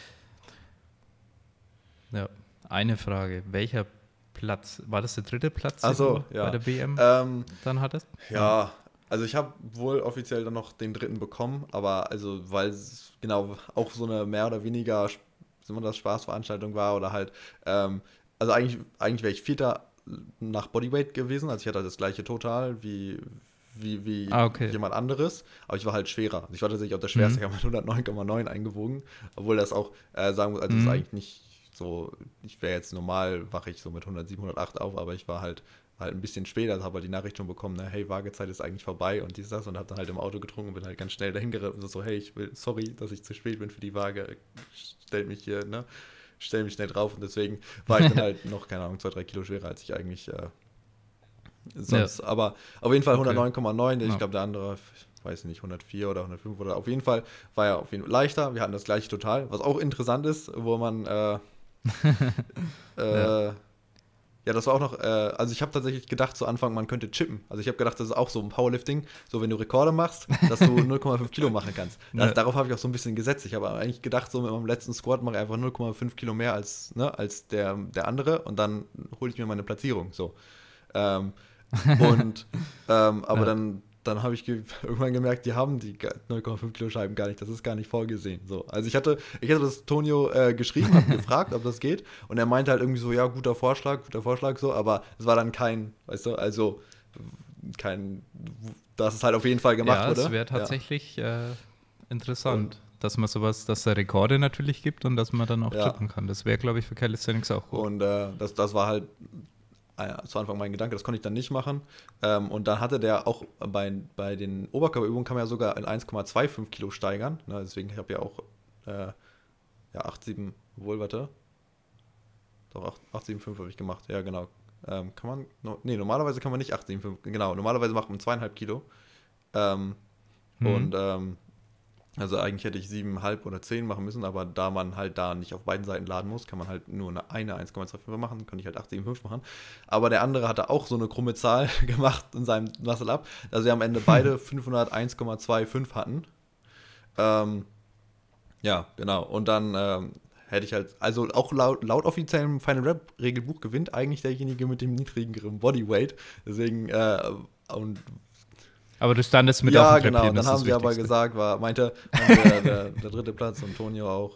Ja. Eine Frage, welcher Platz, war das der dritte Platz, Ach so, den du ja. bei der WM dann hattest? Ja, also ich habe wohl offiziell dann noch den dritten bekommen, aber also, weil es genau auch so eine mehr oder weniger Spaßveranstaltung war oder halt, also eigentlich wäre ich Vierter nach Bodyweight gewesen, also ich hatte halt das gleiche Total wie jemand anderes, aber ich war halt schwerer. Also ich war tatsächlich auch der Schwerste, ich habe 109,9 eingewogen, obwohl das auch sagen muss, also es ist eigentlich nicht so, ich wäre jetzt normal, wache ich so mit 107, 108 auf, aber ich war halt ein bisschen später, also habe halt die Nachricht schon bekommen, ne, hey, Waagezeit ist eigentlich vorbei und das und habe dann halt im Auto getrunken und bin halt ganz schnell dahin geritten und so, hey, sorry, dass ich zu spät bin für die Waage, stell mich schnell drauf und deswegen war ich dann halt noch, keine Ahnung, 2-3 Kilo schwerer, als ich eigentlich sonst, aber auf jeden Fall 109,9, ich glaube der andere, weiß nicht, 104 oder 105 oder auf jeden Fall war er auf jeden Fall leichter, wir hatten das gleiche Total, was auch interessant ist, wo man ja, Ja, das war auch noch, also ich habe tatsächlich gedacht zu Anfang, man könnte chippen. Also ich habe gedacht, das ist auch so ein Powerlifting, so wenn du Rekorde machst, dass du 0,5 Kilo machen kannst. Darauf habe ich auch so ein bisschen gesetzt. Ich habe eigentlich gedacht, so mit meinem letzten Squat mache ich einfach 0,5 Kilo mehr als der andere und dann hole ich mir meine Platzierung. So. Aber dann habe ich irgendwann gemerkt, die haben die 0,5 Kilo Scheiben gar nicht, das ist gar nicht vorgesehen. So. Also ich hatte das Tonio geschrieben, habe gefragt, ob das geht und er meinte halt irgendwie so, ja, guter Vorschlag, so, aber es war dann kein, weißt du, also dass es halt auf jeden Fall gemacht wurde. Ja, es wäre tatsächlich interessant, dass man sowas, dass es Rekorde natürlich gibt und dass man dann auch chippen kann. Das wäre, glaube ich, für Calisthenics auch gut. Und das war halt zu Anfang mein Gedanke, das konnte ich dann nicht machen. Und dann hatte der auch bei den Oberkörperübungen kann man ja sogar in 1,25 Kilo steigern. Ne, deswegen habe ich ja auch 8,7, doch 8,75 habe ich gemacht. Ja, genau. Normalerweise kann man nicht 8,75, genau. Normalerweise macht man 2,5 Kilo. Und also eigentlich hätte ich 7,5 oder 10 machen müssen, aber da man halt da nicht auf beiden Seiten laden muss, kann man halt nur eine 1,25 machen, könnte ich halt 8,75 machen. Aber der andere hatte auch so eine krumme Zahl gemacht in seinem Muscle Up, dass wir am Ende beide 501,25 hatten. Ja, genau. Und dann hätte ich halt, also auch laut offiziellem Final Rap Regelbuch gewinnt eigentlich derjenige mit dem niedrigeren Bodyweight. Deswegen, aber du standest mit auf dem Treppchen. Ja, genau. Dann haben sie aber gesagt, meinte der dritte Platz und Tonio auch,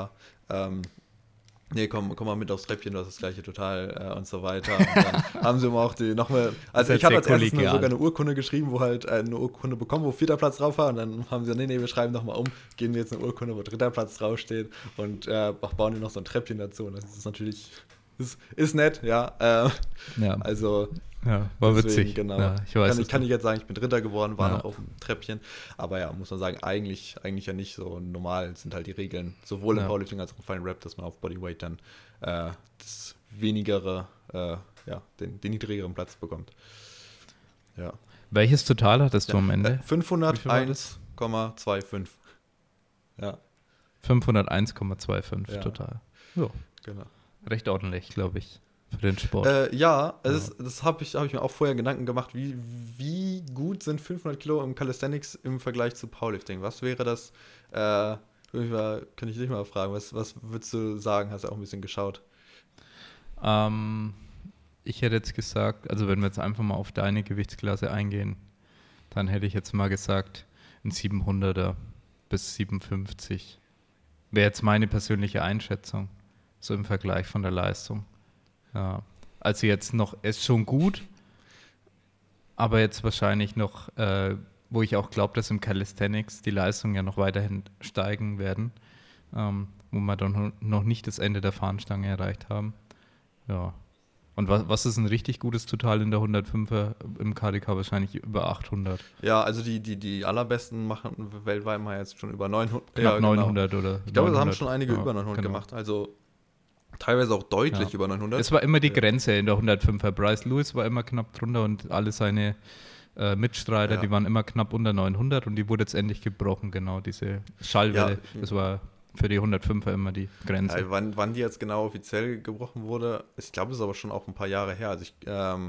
nee, komm mal mit aufs Treppchen, du hast das gleiche Total und so weiter. Und dann haben sie immer auch also ich habe als erstes sogar eine Urkunde geschrieben, wo halt eine Urkunde bekommen, wo 4. Platz drauf war und dann haben sie gesagt, nee, wir schreiben nochmal um, geben dir jetzt eine Urkunde, wo 3. Platz draufsteht und bauen dir noch so ein Treppchen dazu und das ist natürlich, ist nett, ja. Also ja, war deswegen, witzig. Genau. Ja, ich weiß kann ich jetzt sagen, ich bin Dritter geworden, war noch auf dem Treppchen. Aber ja, muss man sagen, eigentlich ja nicht so normal sind halt die Regeln, sowohl im Powerlifting als auch im Final Rap, dass man auf Bodyweight dann das wenigere, den niedrigeren Platz bekommt. Ja. Welches Total hattest du am Ende? 501,25. Ja. 501,25 total. Ja. Genau. Recht ordentlich, glaube ich. Für den Sport. Das habe ich mir auch vorher Gedanken gemacht, wie gut sind 500 Kilo im Calisthenics im Vergleich zu Powerlifting? Was wäre das? Kann ich dich mal fragen, was würdest du sagen? Hast du auch ein bisschen geschaut? Ich hätte jetzt gesagt, also wenn wir jetzt einfach mal auf deine Gewichtsklasse eingehen, dann hätte ich jetzt mal gesagt, ein 700er bis 57 wäre jetzt meine persönliche Einschätzung, so im Vergleich von der Leistung. Ja, also jetzt noch, ist schon gut, aber jetzt wahrscheinlich noch, wo ich auch glaube, dass im Calisthenics die Leistungen ja noch weiterhin steigen werden, wo wir dann noch nicht das Ende der Fahnenstange erreicht haben. Ja. Und was ist ein richtig gutes Total in der 105er im KDK? Wahrscheinlich über 800. Ja, also die allerbesten machen weltweit mal jetzt schon über 900. Knapp 900 oder ich glaube, da haben schon einige über 900 gemacht, also teilweise auch deutlich über 900. Es war immer die Grenze in der 105er. Bryce Lewis war immer knapp drunter und alle seine Mitstreiter, die waren immer knapp unter 900 und die wurde jetzt endlich gebrochen, genau, diese Schallwelle. Das war für die 105er immer die Grenze. Ja, wann die jetzt genau offiziell gebrochen wurde, ich glaube, das ist aber schon auch ein paar Jahre her. Also ich erinnere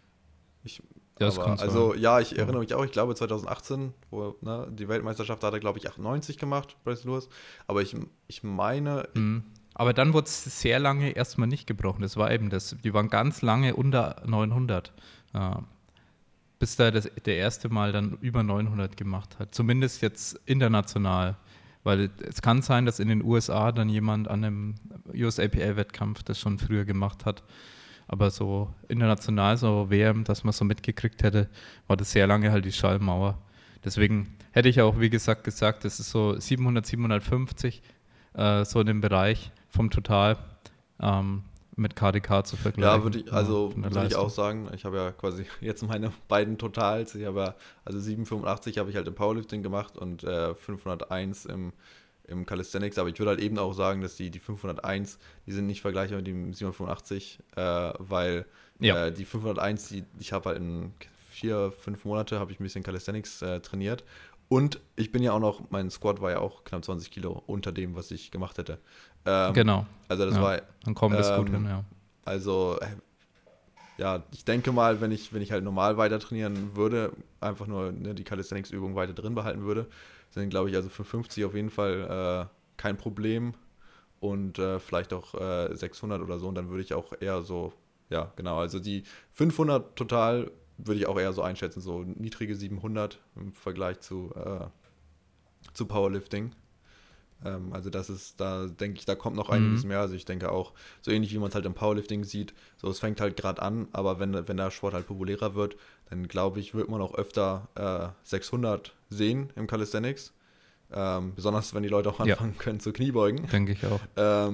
mich auch, ich glaube 2018, wo die Weltmeisterschaft da hat er, glaube ich, 98 gemacht, Bryce Lewis. Aber ich meine... Aber dann wurde es sehr lange erstmal nicht gebrochen. Das war eben das. Die waren ganz lange unter 900. Bis da der erste Mal dann über 900 gemacht hat. Zumindest jetzt international. Weil es kann sein, dass in den USA dann jemand an einem USAPL-Wettkampf das schon früher gemacht hat. Aber so international, so WM, dass man so mitgekriegt hätte, war das sehr lange halt die Schallmauer. Deswegen hätte ich auch, wie gesagt, das ist so 700, 750, so in dem Bereich vom Total mit KDK zu vergleichen. Ja, würde ich auch sagen. Ich habe ja quasi jetzt meine beiden Totals. Ich habe ja, also 785 habe ich halt im Powerlifting gemacht und 501 im Calisthenics. Aber ich würde halt eben auch sagen, dass die 501, die sind nicht vergleichbar mit dem 785, weil die 501, ich habe halt in 4-5 Monate habe ich ein bisschen Calisthenics trainiert. Und ich bin ja auch noch, mein Squat war ja auch knapp 20 Kilo unter dem, was ich gemacht hätte. Genau. Also das war... Dann kommt das gut hin, ja. Also ja, ich denke mal, wenn ich halt normal weiter trainieren würde, einfach nur die Calisthenics-Übung weiter drin behalten würde, sind, glaube ich, also für 50 auf jeden Fall kein Problem und vielleicht auch 600 oder so und dann würde ich auch eher so, ja, genau, also die 500 total würde ich auch eher so einschätzen, so niedrige 700 im Vergleich zu Powerlifting. Also das ist, da denke ich, da kommt noch einiges mehr. Also ich denke auch, so ähnlich wie man es halt im Powerlifting sieht, so es fängt halt gerade an, aber wenn der Sport halt populärer wird, dann glaube ich, wird man auch öfter 600 sehen im Calisthenics. Besonders wenn die Leute auch anfangen können zu Kniebeugen. Denke ich auch.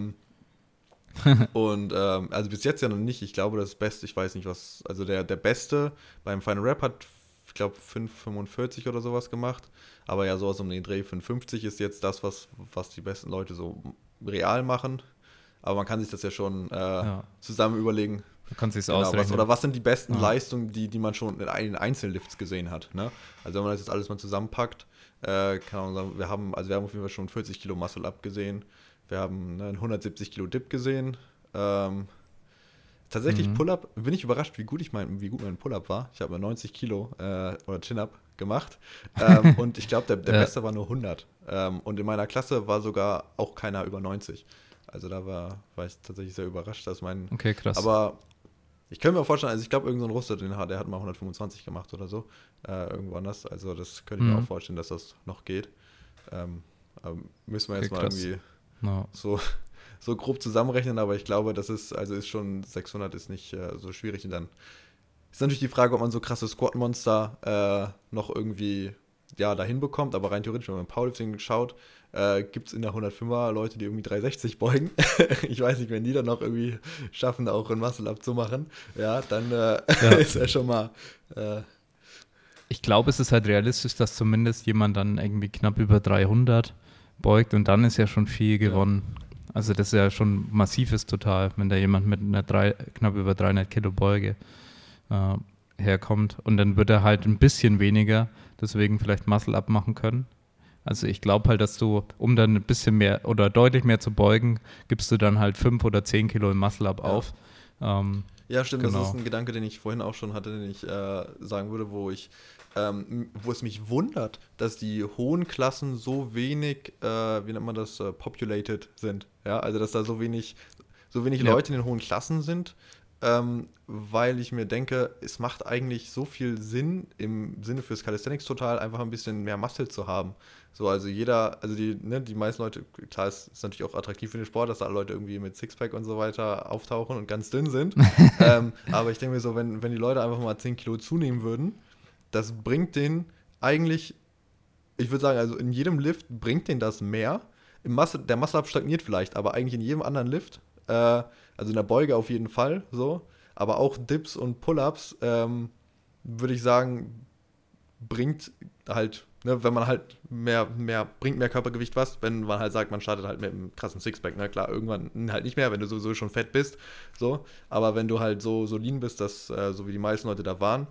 Und also bis jetzt ja noch nicht. Ich glaube, das Beste, ich weiß nicht was, also der Beste beim Final Rap hat, ich glaube, 5,45 oder sowas gemacht. Aber ja, sowas um den Dreh 5,50 ist jetzt das, was die besten Leute so real machen. Aber man kann sich das ja schon zusammen überlegen. Du kannst es genau, ausrechnen. was sind die besten Leistungen, die man schon in Einzellifts gesehen hat. Ne? Also wenn man das jetzt alles mal zusammenpackt, kann man sagen, wir haben auf jeden Fall schon 40 Kilo Muscle Up gesehen. Wir haben einen 170 Kilo Dip gesehen. Tatsächlich Pull-Up, bin ich überrascht, wie gut mein Pull-Up war. Ich habe 90 Kilo oder Chin-Up gemacht. Und ich glaube, der Beste war nur 100. Und in meiner Klasse war sogar auch keiner über 90. Also da war ich tatsächlich sehr überrascht, dass Okay, krass. Aber ich könnte mir vorstellen, also ich glaube, irgend so ein Russe, der hat mal 125 gemacht oder so. Irgendwo anders. Also das könnte ich mir auch vorstellen, dass das noch geht. Aber müssen wir jetzt mal krass. irgendwie so grob zusammenrechnen, aber ich glaube, das ist schon 600 ist nicht so schwierig. Und dann ist natürlich die Frage, ob man so krasse Squat-Monster noch irgendwie dahin bekommt, aber rein theoretisch, wenn man Powerlifting schaut, gibt es in der 105er Leute, die irgendwie 360 beugen. Ich weiß nicht, wenn die dann noch irgendwie schaffen, auch ein Muscle-Up zu machen, dann ist ja schon mal ich glaube, es ist halt realistisch, dass zumindest jemand dann irgendwie knapp über 300 beugt und dann ist ja schon viel gewonnen. Also das ist ja schon massives total, wenn da jemand mit einer knapp über 300 Kilo Beuge herkommt und dann wird er halt ein bisschen weniger, deswegen vielleicht Muscle-Up machen können. Also ich glaube halt, dass du, um dann ein bisschen mehr oder deutlich mehr zu beugen, gibst du dann halt 5 oder 10 Kilo im Muscle-Up auf. Ja, stimmt, genau. Das ist ein Gedanke, den ich vorhin auch schon hatte, den ich sagen würde, wo es mich wundert, dass die hohen Klassen so wenig, wie nennt man das, populated sind. Ja, also dass da so wenig Leute in den hohen Klassen sind, weil ich mir denke, es macht eigentlich so viel Sinn, im Sinne fürs Calisthenics total einfach ein bisschen mehr Muscle zu haben. So, also die meisten Leute, klar, es ist natürlich auch attraktiv für den Sport, dass da Leute irgendwie mit Sixpack und so weiter auftauchen und ganz dünn sind. Aber ich denke mir so, wenn die Leute einfach mal 10 Kilo zunehmen würden, das bringt denen eigentlich, ich würde sagen, also in jedem Lift bringt denen das mehr. Der Muscle-Up stagniert vielleicht, aber eigentlich in jedem anderen Lift, also in der Beuge auf jeden Fall so, aber auch Dips und Pull-Ups, würde ich sagen, bringt halt, wenn man halt bringt mehr Körpergewicht was, wenn man halt sagt, man startet halt mit einem krassen Sixpack, ne, klar, irgendwann halt nicht mehr, wenn du sowieso schon fett bist, so, aber wenn du halt so lean bist, dass so wie die meisten Leute da waren,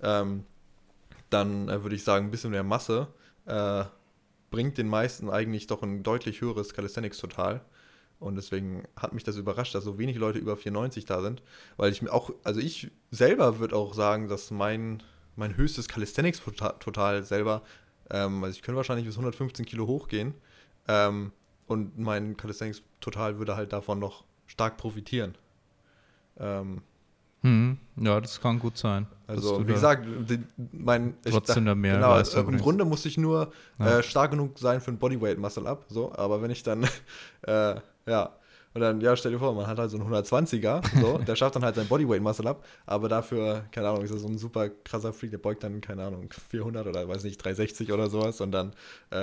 dann würde ich sagen, ein bisschen mehr Masse bringt den meisten eigentlich doch ein deutlich höheres Calisthenics-Total. Und deswegen hat mich das überrascht, dass so wenig Leute über 94 da sind. Weil ich selber würde auch sagen, dass mein höchstes Calisthenics-Total selber, also ich könnte wahrscheinlich bis 115 Kilo hochgehen. Und mein Calisthenics-Total würde halt davon noch stark profitieren. Ja, das kann gut sein. Also, wie gesagt, trotzdem da mehr genau, Leistung im Grunde muss ich nur stark genug sein für ein Bodyweight-Muscle-Up, so, aber wenn ich dann, und dann, stell dir vor, man hat halt so einen 120er, so, der schafft dann halt sein Bodyweight-Muscle-Up, aber dafür, keine Ahnung, ist er so ein super krasser Freak, der beugt dann, keine Ahnung, 400 oder, weiß nicht, 360 oder sowas und dann,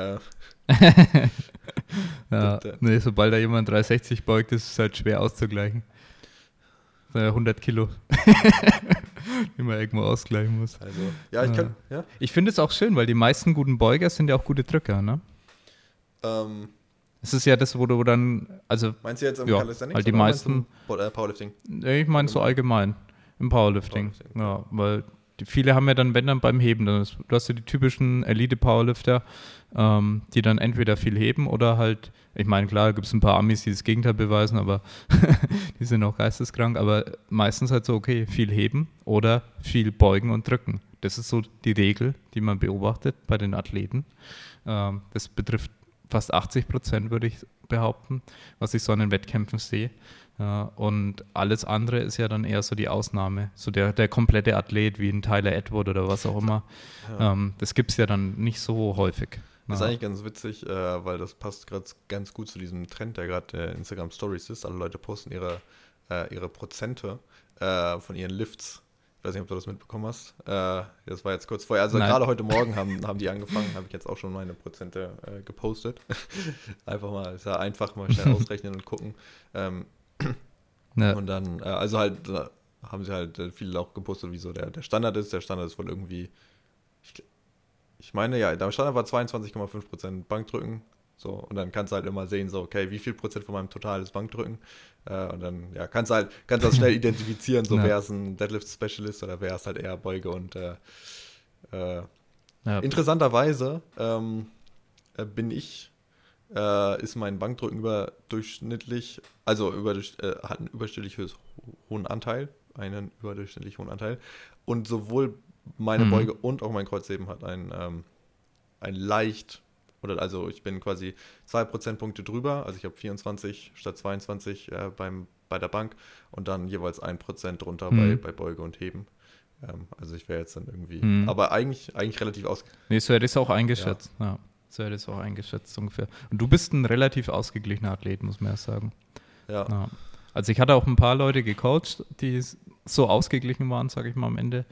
sobald da jemand 360 beugt, ist es halt schwer auszugleichen. 100 Kilo, die man irgendwo ausgleichen muss. Also, Ich finde es auch schön, weil die meisten guten Beuger sind ja auch gute Drücker, ne? Es ist ja das, wo du dann, also meinst du jetzt im Calisthenics halt die meisten Powerlifting? Ich meine so allgemein im Powerlifting. Ja, weil viele haben ja dann, wenn dann beim Heben, du hast ja die typischen Elite-Powerlifter, die dann entweder viel heben oder halt, ich meine, klar, gibt es ein paar Amis, die das Gegenteil beweisen, aber die sind auch geisteskrank, aber meistens halt so, okay, viel heben oder viel beugen und drücken. Das ist so die Regel, die man beobachtet bei den Athleten. Das betrifft fast 80%, würde ich behaupten, was ich so an den Wettkämpfen sehe. Und alles andere ist ja dann eher so die Ausnahme. So der komplette Athlet wie ein Tyler Atwood oder was auch immer. Ja. Das gibt es ja dann nicht so häufig. Das ist eigentlich ganz witzig, weil das passt gerade ganz gut zu diesem Trend, der gerade Instagram Stories ist. Alle Leute posten ihre Prozente von ihren Lifts. Ich weiß nicht, ob du das mitbekommen hast. Das war jetzt kurz vorher. Also gerade heute Morgen haben die angefangen, habe ich jetzt auch schon meine Prozente gepostet. Ist ja einfach mal schnell ausrechnen und gucken. Und dann, also halt, haben sie halt viele auch gepostet, wie so der Standard ist. Der Standard ist wohl irgendwie, ich meine, ja, der Standard war 22,5% Bankdrücken. So, und dann kannst du halt immer sehen, so, okay, wie viel Prozent von meinem Total ist Bankdrücken? Und dann, ja, kannst du das schnell identifizieren, so, wer ist ein Deadlift-Specialist oder wer ist halt eher Beuge und interessanterweise ist mein Bankdrücken überdurchschnittlich, also hat einen überdurchschnittlich hohen Anteil, und sowohl meine Beuge und auch mein Kreuzheben hat ein leicht, also ich bin quasi 2 Prozentpunkte drüber, also ich habe 24 statt 22 bei der Bank und dann jeweils 1% drunter bei Beuge und Heben. Also ich wäre jetzt dann irgendwie, aber eigentlich relativ Nee, so hätte ich es auch eingeschätzt, ja. So hätte ich es auch eingeschätzt ungefähr. Und du bist ein relativ ausgeglichener Athlet, muss man ja sagen. Ja. Also ich hatte auch ein paar Leute gecoacht, die so ausgeglichen waren, sage ich mal am Ende.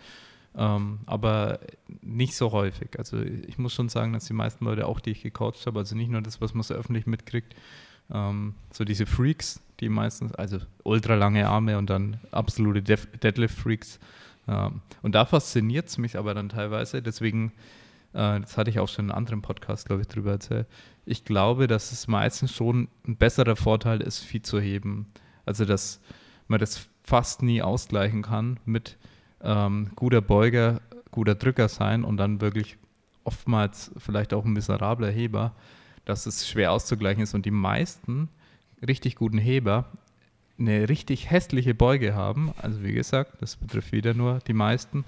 Aber nicht so häufig. Also ich muss schon sagen, dass die meisten Leute auch, die ich gecoacht habe, also nicht nur das, was man so öffentlich mitkriegt, so diese Freaks, die meistens, also ultra lange Arme und dann absolute Deadlift-Freaks. Und da fasziniert es mich aber dann teilweise, deswegen, das hatte ich auch schon in einem anderen Podcast, glaube ich, drüber erzählt, ich glaube, dass es meistens schon ein besserer Vorteil ist, viel zu heben. Also dass man das fast nie ausgleichen kann mit guter Beuger, guter Drücker sein und dann wirklich oftmals vielleicht auch ein miserabler Heber, dass es schwer auszugleichen ist und die meisten richtig guten Heber eine richtig hässliche Beuge haben, also wie gesagt, das betrifft wieder nur die meisten,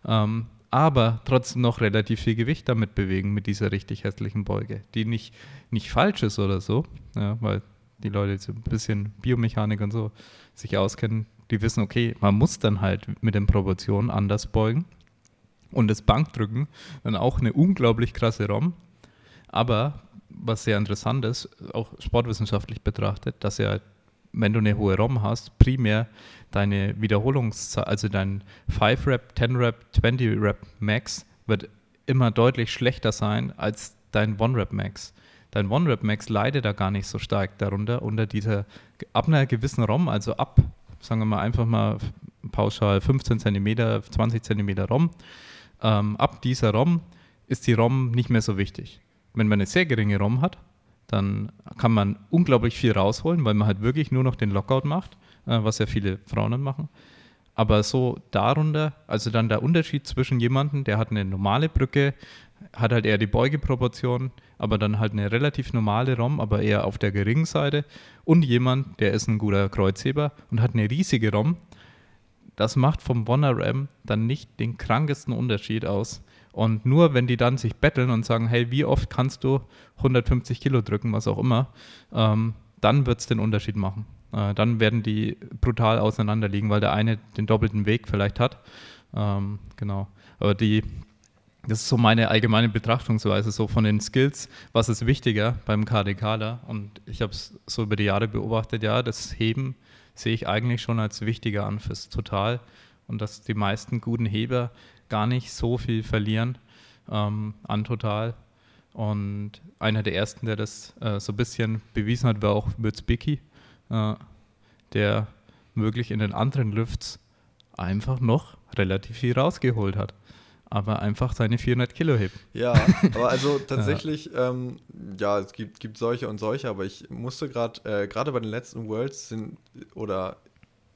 aber trotzdem noch relativ viel Gewicht damit bewegen mit dieser richtig hässlichen Beuge, die nicht falsch ist oder so, ja, weil die Leute jetzt ein bisschen Biomechanik und so sich auskennen, die wissen, okay, man muss dann halt mit den Proportionen anders beugen und das Bankdrücken dann auch eine unglaublich krasse ROM, aber was sehr interessant ist, auch sportwissenschaftlich betrachtet, dass ja, wenn du eine hohe ROM hast, primär deine Wiederholungszahl, also dein 5-Rep, 10-Rep, 20-Rep Max wird immer deutlich schlechter sein als dein 1-Rep Max. Dein 1-Rep Max leidet da gar nicht so stark darunter, ab einer gewissen ROM, also ab, sagen wir mal einfach mal pauschal 15 cm, 20 cm ROM, ab dieser ROM ist die ROM nicht mehr so wichtig. Wenn man eine sehr geringe ROM hat, dann kann man unglaublich viel rausholen, weil man halt wirklich nur noch den Lockout macht, was ja viele Frauen dann machen. Aber so darunter, also dann der Unterschied zwischen jemandem, der hat eine normale Brücke, hat halt eher die Beugeproportion, aber dann halt eine relativ normale ROM, aber eher auf der geringen Seite, und jemand, der ist ein guter Kreuzheber und hat eine riesige ROM, das macht vom 1RM dann nicht den krankesten Unterschied aus. Und nur wenn die dann sich betteln und sagen, hey, wie oft kannst du 150 Kilo drücken, was auch immer, dann wird es den Unterschied machen. Dann werden die brutal auseinander liegen, weil der eine den doppelten Weg vielleicht hat. Genau. Aber das ist so meine allgemeine Betrachtungsweise, so von den Skills, was ist wichtiger beim KDKler? Und ich habe es so über die Jahre beobachtet, ja, das Heben sehe ich eigentlich schon als wichtiger an fürs Total und dass die meisten guten Heber gar nicht so viel verlieren an Total. Und einer der ersten, der das so ein bisschen bewiesen hat, war auch Würzbicki, der wirklich in den anderen Lifts einfach noch relativ viel rausgeholt hat, aber einfach seine 400 Kilo hebt. Ja, aber also tatsächlich, es gibt solche und solche, aber ich musste gerade bei den letzten Worlds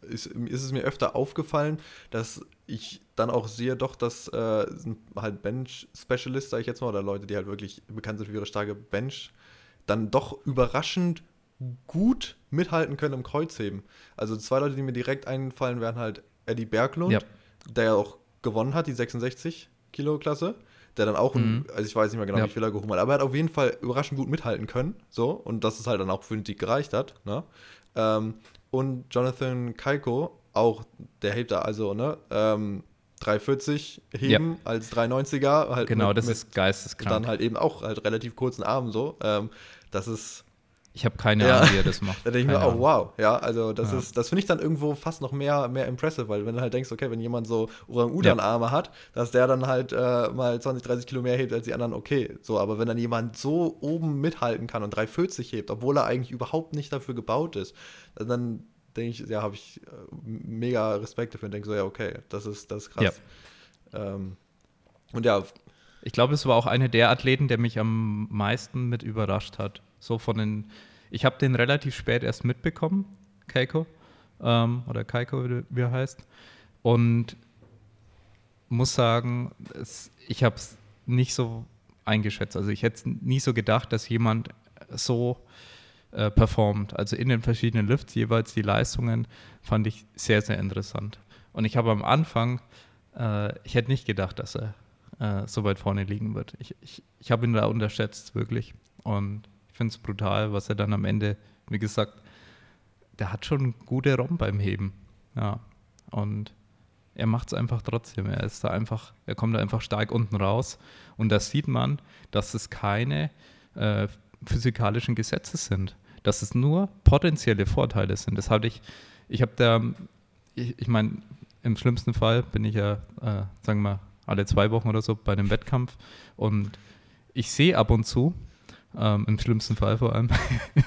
ist es mir öfter aufgefallen, dass ich dann auch sehe, doch, dass halt Bench-Specialists, sage ich jetzt mal, oder Leute, die halt wirklich bekannt sind für ihre starke Bench, dann doch überraschend gut mithalten können im Kreuzheben. Also 2 Leute, die mir direkt einfallen, wären halt Eddie Berglund, der ja auch gewonnen hat, die 66-Kilo-Klasse, der dann auch, also ich weiß nicht mehr genau, wie viel er gehoben hat, aber er hat auf jeden Fall überraschend gut mithalten können, so, und dass es halt dann auch für den Sieg gereicht hat, ne? Und Jonathan Kaiko, auch, der hebt da also, ne, 340 heben als 390er. Halt genau, das ist geisteskrank. Dann halt eben auch halt relativ kurzen Armen so. Das ist... Ich habe keine Ahnung, wie er das macht. Da denke ich mir, oh wow, ja, also das finde ich dann irgendwo fast noch mehr impressive, weil wenn du halt denkst, okay, wenn jemand so Orang-Utan-Arme hat, dass der dann halt mal 20, 30 Kilo mehr hebt als die anderen, okay, so, aber wenn dann jemand so oben mithalten kann und 340 hebt, obwohl er eigentlich überhaupt nicht dafür gebaut ist, dann denke ich, ja, habe ich mega Respekt dafür und denke so, ja, okay, das ist krass. Ja. Und ja. Ich glaube, es war auch einer der Athleten, der mich am meisten mit überrascht hat. So ich habe den relativ spät erst mitbekommen, Kaiko, oder Kaiko, wie er heißt. Und muss sagen, ich habe es nicht so eingeschätzt. Also ich hätte nie so gedacht, dass jemand so performt. Also in den verschiedenen Lifts jeweils die Leistungen fand ich sehr, sehr interessant. Und ich habe am Anfang, ich hätte nicht gedacht, dass er so weit vorne liegen wird. Ich habe ihn da unterschätzt, wirklich. Und ich finde es brutal, was er dann am Ende, wie gesagt, der hat schon gute ROM beim Heben. Ja. Und er macht es einfach trotzdem. Er kommt da einfach stark unten raus. Und da sieht man, dass es keine physikalischen Gesetze sind. Dass es nur potenzielle Vorteile sind. Das hatte ich meine, im schlimmsten Fall bin ich ja, sagen wir mal, alle 2 Wochen oder so bei einem Wettkampf. Und ich sehe ab und zu, im schlimmsten Fall vor allem,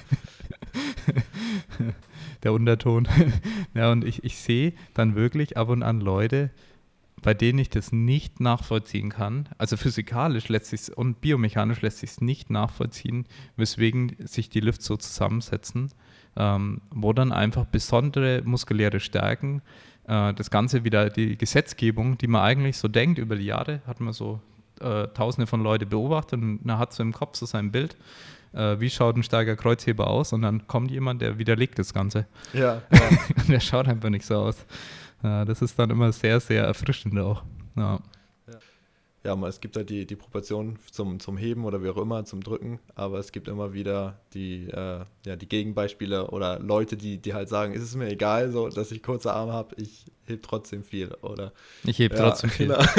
der Unterton. Ja, und ich sehe dann wirklich ab und an Leute, bei denen ich das nicht nachvollziehen kann. Also physikalisch und biomechanisch lässt sich es nicht nachvollziehen, weswegen sich die Lifts so zusammensetzen, wo dann einfach besondere muskuläre Stärken, das Ganze wieder, die Gesetzgebung, die man eigentlich so denkt über die Jahre, hat man so Tausende von Leuten beobachtet und man hat so im Kopf so sein Bild, wie schaut ein starker Kreuzheber aus, und dann kommt jemand, der widerlegt das Ganze. Ja. Und der schaut einfach nicht so aus. Das ist dann immer sehr, sehr erfrischend auch. Ja, es gibt halt die Proportionen zum Heben oder wie auch immer, zum Drücken, aber es gibt immer wieder die Gegenbeispiele oder Leute, die halt sagen, es ist mir egal, so, dass ich kurze Arme habe, ich heb trotzdem viel. Oder ich heb trotzdem viel. Genau.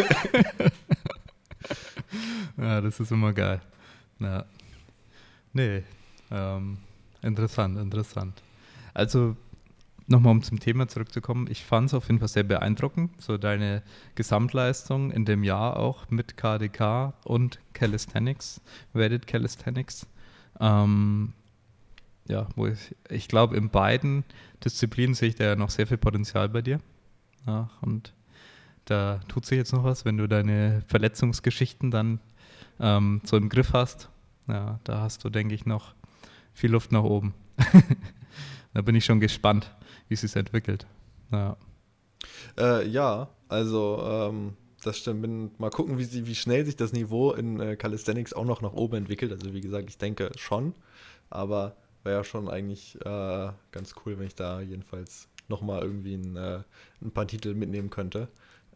Ja, das ist immer geil. Ja. Nee, interessant. Also, nochmal um zum Thema zurückzukommen, ich fand es auf jeden Fall sehr beeindruckend, so deine Gesamtleistung in dem Jahr auch mit KDK und Calisthenics, Weighted Calisthenics. Wo ich glaube, in beiden Disziplinen sehe ich da ja noch sehr viel Potenzial bei dir. Ja, und da tut sich jetzt noch was, wenn du deine Verletzungsgeschichten dann so im Griff hast. Ja, da hast du, denke ich, noch viel Luft nach oben. Da bin ich schon gespannt, wie es sich entwickelt. Ja, das stimmt. Mal gucken, wie schnell sich das Niveau in Calisthenics auch noch nach oben entwickelt. Also wie gesagt, ich denke schon, aber wäre ja schon eigentlich ganz cool, wenn ich da jedenfalls nochmal irgendwie ein paar Titel mitnehmen könnte.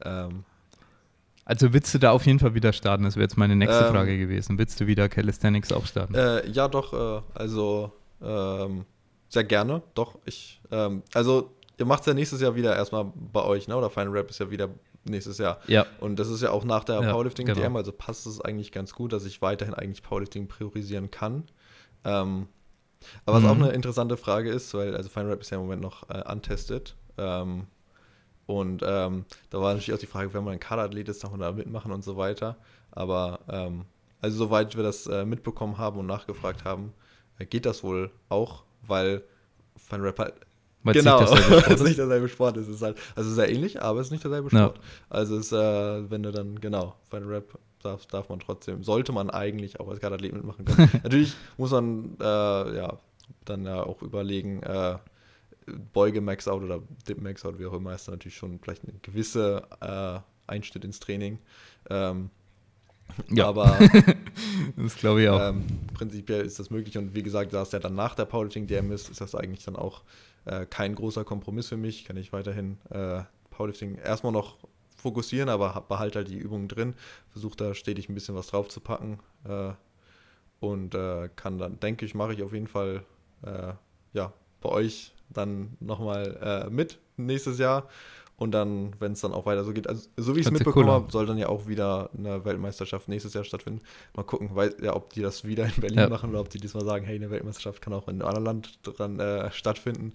Also willst du da auf jeden Fall wieder starten? Das wäre jetzt meine nächste Frage gewesen. Willst du wieder Calisthenics auch starten? Ja, doch. Sehr gerne. Doch. Ihr macht es ja nächstes Jahr wieder erstmal bei euch, ne? Oder Final Rap ist ja wieder nächstes Jahr. Ja. Und das ist ja auch nach der Powerlifting-DM, genau. Also passt es eigentlich ganz gut, dass ich weiterhin eigentlich Powerlifting priorisieren kann. Aber was auch eine interessante Frage ist, weil also Final Rap ist ja im Moment noch untested. Und da war natürlich auch die Frage, wenn man ein Kaderathlet ist, darf man da mitmachen und so weiter. Aber also soweit wir das mitbekommen haben und nachgefragt haben, geht das wohl auch, weil Final Rap halt genau, es nicht derselbe Sport ist. Es ist halt, also sehr ähnlich, aber es ist nicht derselbe Sport. Ja. Also es wenn du dann, genau, Final Rap darf man trotzdem, sollte man eigentlich auch als Kaderathlet mitmachen können. Natürlich muss man dann ja auch überlegen, Beuge Max-Out oder Dip Max-Out, wie auch immer, ist dann natürlich schon vielleicht eine gewisse Einschnitt ins Training. Ja. Aber Das glaube ich auch. prinzipiell ist das möglich und wie gesagt, da es ja dann nach der Powerlifting-DM ist das eigentlich dann auch kein großer Kompromiss für mich. Kann ich weiterhin Powerlifting erstmal noch fokussieren, aber behalte halt die Übungen drin, versuche da stetig ein bisschen was drauf zu packen und kann dann, denke ich, mache ich auf jeden Fall bei euch dann nochmal mit nächstes Jahr. Und dann, wenn es dann auch weiter so geht, also so wie ich es Hört sich mitbekommen cool habe, soll dann ja auch wieder eine Weltmeisterschaft nächstes Jahr stattfinden. Mal gucken, ob die das wieder in Berlin machen oder ob die diesmal sagen, hey, eine Weltmeisterschaft kann auch in einem anderen Land dran stattfinden.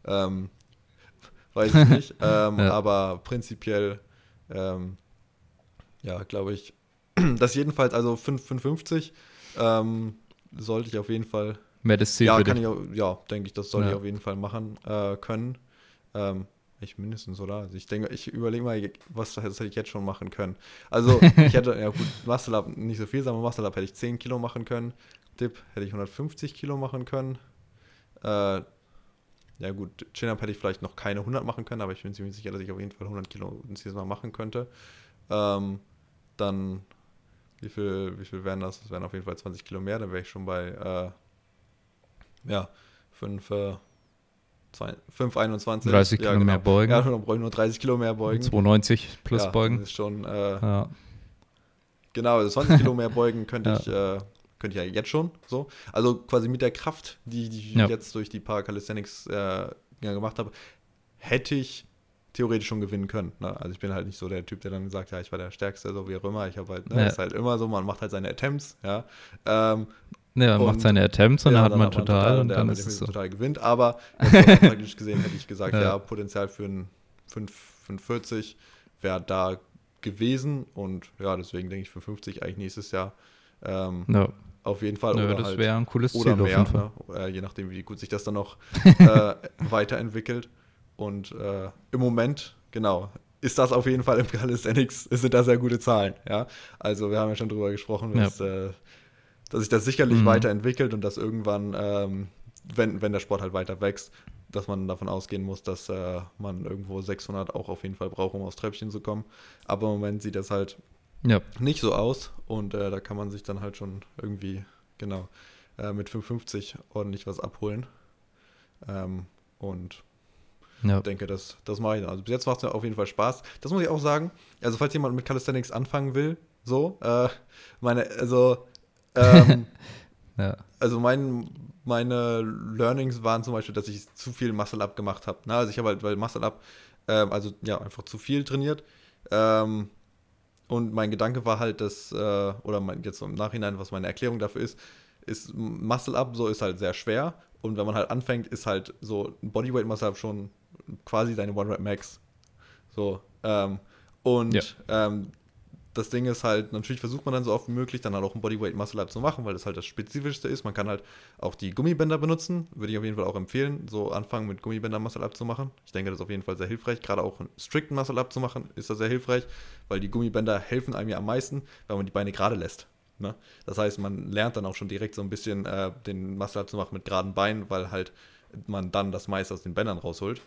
Weiß ich nicht. Aber prinzipiell, glaube ich, das jedenfalls, also 5,55 sollte ich auf jeden Fall. Wäre das Ziel für dich? Denke ich, das soll ich auf jeden Fall machen können. Ich mindestens, oder? Also ich denke, ich überlege mal, was hätte ich jetzt schon machen können. Also ich hätte, Muscle-Up nicht so viel, sagen wir Muscle-Up hätte ich 10 Kilo machen können. Dip hätte ich 150 Kilo machen können. Chin-Up hätte ich vielleicht noch keine 100 machen können, aber ich bin ziemlich sicher, dass ich auf jeden Fall 100 Kilo dieses Mal machen könnte. Dann, wie viel wären das? Das wären auf jeden Fall 20 Kilo mehr, dann wäre ich schon bei 5,21. 30 Kilo mehr beugen. Ja, dann brauche ich nur 30 Kilo mehr beugen. 290 plus beugen. Das ist schon, Ja. Genau, also 20 Kilo mehr beugen könnte ich ja jetzt schon so. Also quasi mit der Kraft, die ich jetzt durch die paar Calisthenics gemacht habe, hätte ich theoretisch schon gewinnen können. Ne? Also ich bin halt nicht so der Typ, der dann sagt, ja, ich war der Stärkste, so wie auch immer. Ich habe halt, ist halt immer so, man macht halt seine Attempts, ja. Man macht seine Attempts und dann hat man total und dann ist es so. Total gewinnt, aber praktisch gesehen hätte ich gesagt, Potenzial für ein 5,40 wäre da gewesen und deswegen denke ich für 50 eigentlich nächstes Jahr auf jeden Fall. Oder das wäre ein cooles Ziel oder mehr, auf jeden Fall. Je nachdem, wie gut sich das dann noch weiterentwickelt. Und im Moment, ist das auf jeden Fall im Calisthenics, sind das sehr gute Zahlen. Ja? Also wir haben ja schon drüber gesprochen, dass sich das sicherlich weiterentwickelt und dass irgendwann, wenn der Sport halt weiter wächst, dass man davon ausgehen muss, dass man irgendwo 600 auch auf jeden Fall braucht, um aufs Treppchen zu kommen. Aber im Moment sieht das halt nicht so aus und da kann man sich dann halt schon irgendwie, mit 5,50 ordentlich was abholen. Und ich denke, das mache ich dann. Also bis jetzt macht es mir auf jeden Fall Spaß. Das muss ich auch sagen. Also falls jemand mit Calisthenics anfangen will, also meine Learnings waren zum Beispiel, dass ich zu viel Muscle-Up gemacht habe. Also ich habe halt, weil Muscle-Up, einfach zu viel trainiert. Und mein Gedanke war halt, dass, jetzt im Nachhinein, was meine Erklärung dafür ist Muscle-Up so ist halt sehr schwer. Und wenn man halt anfängt, ist halt so ein Bodyweight-Muscle-Up schon quasi deine One-Rep-Max. So, das Ding ist halt, natürlich versucht man dann so oft wie möglich, dann halt auch ein Bodyweight-Muscle-Up zu machen, weil das halt das Spezifischste ist. Man kann halt auch die Gummibänder benutzen, würde ich auf jeden Fall auch empfehlen, so anfangen mit Gummibänder-Muscle-Up zu machen. Ich denke, das ist auf jeden Fall sehr hilfreich, gerade auch einen strikten Muscle-Up zu machen, ist das sehr hilfreich, weil die Gummibänder helfen einem ja am meisten, weil man die Beine gerade lässt. Ne? Das heißt, man lernt dann auch schon direkt so ein bisschen den Muscle-Up zu machen mit geraden Beinen, weil halt man dann das meiste aus den Bändern rausholt.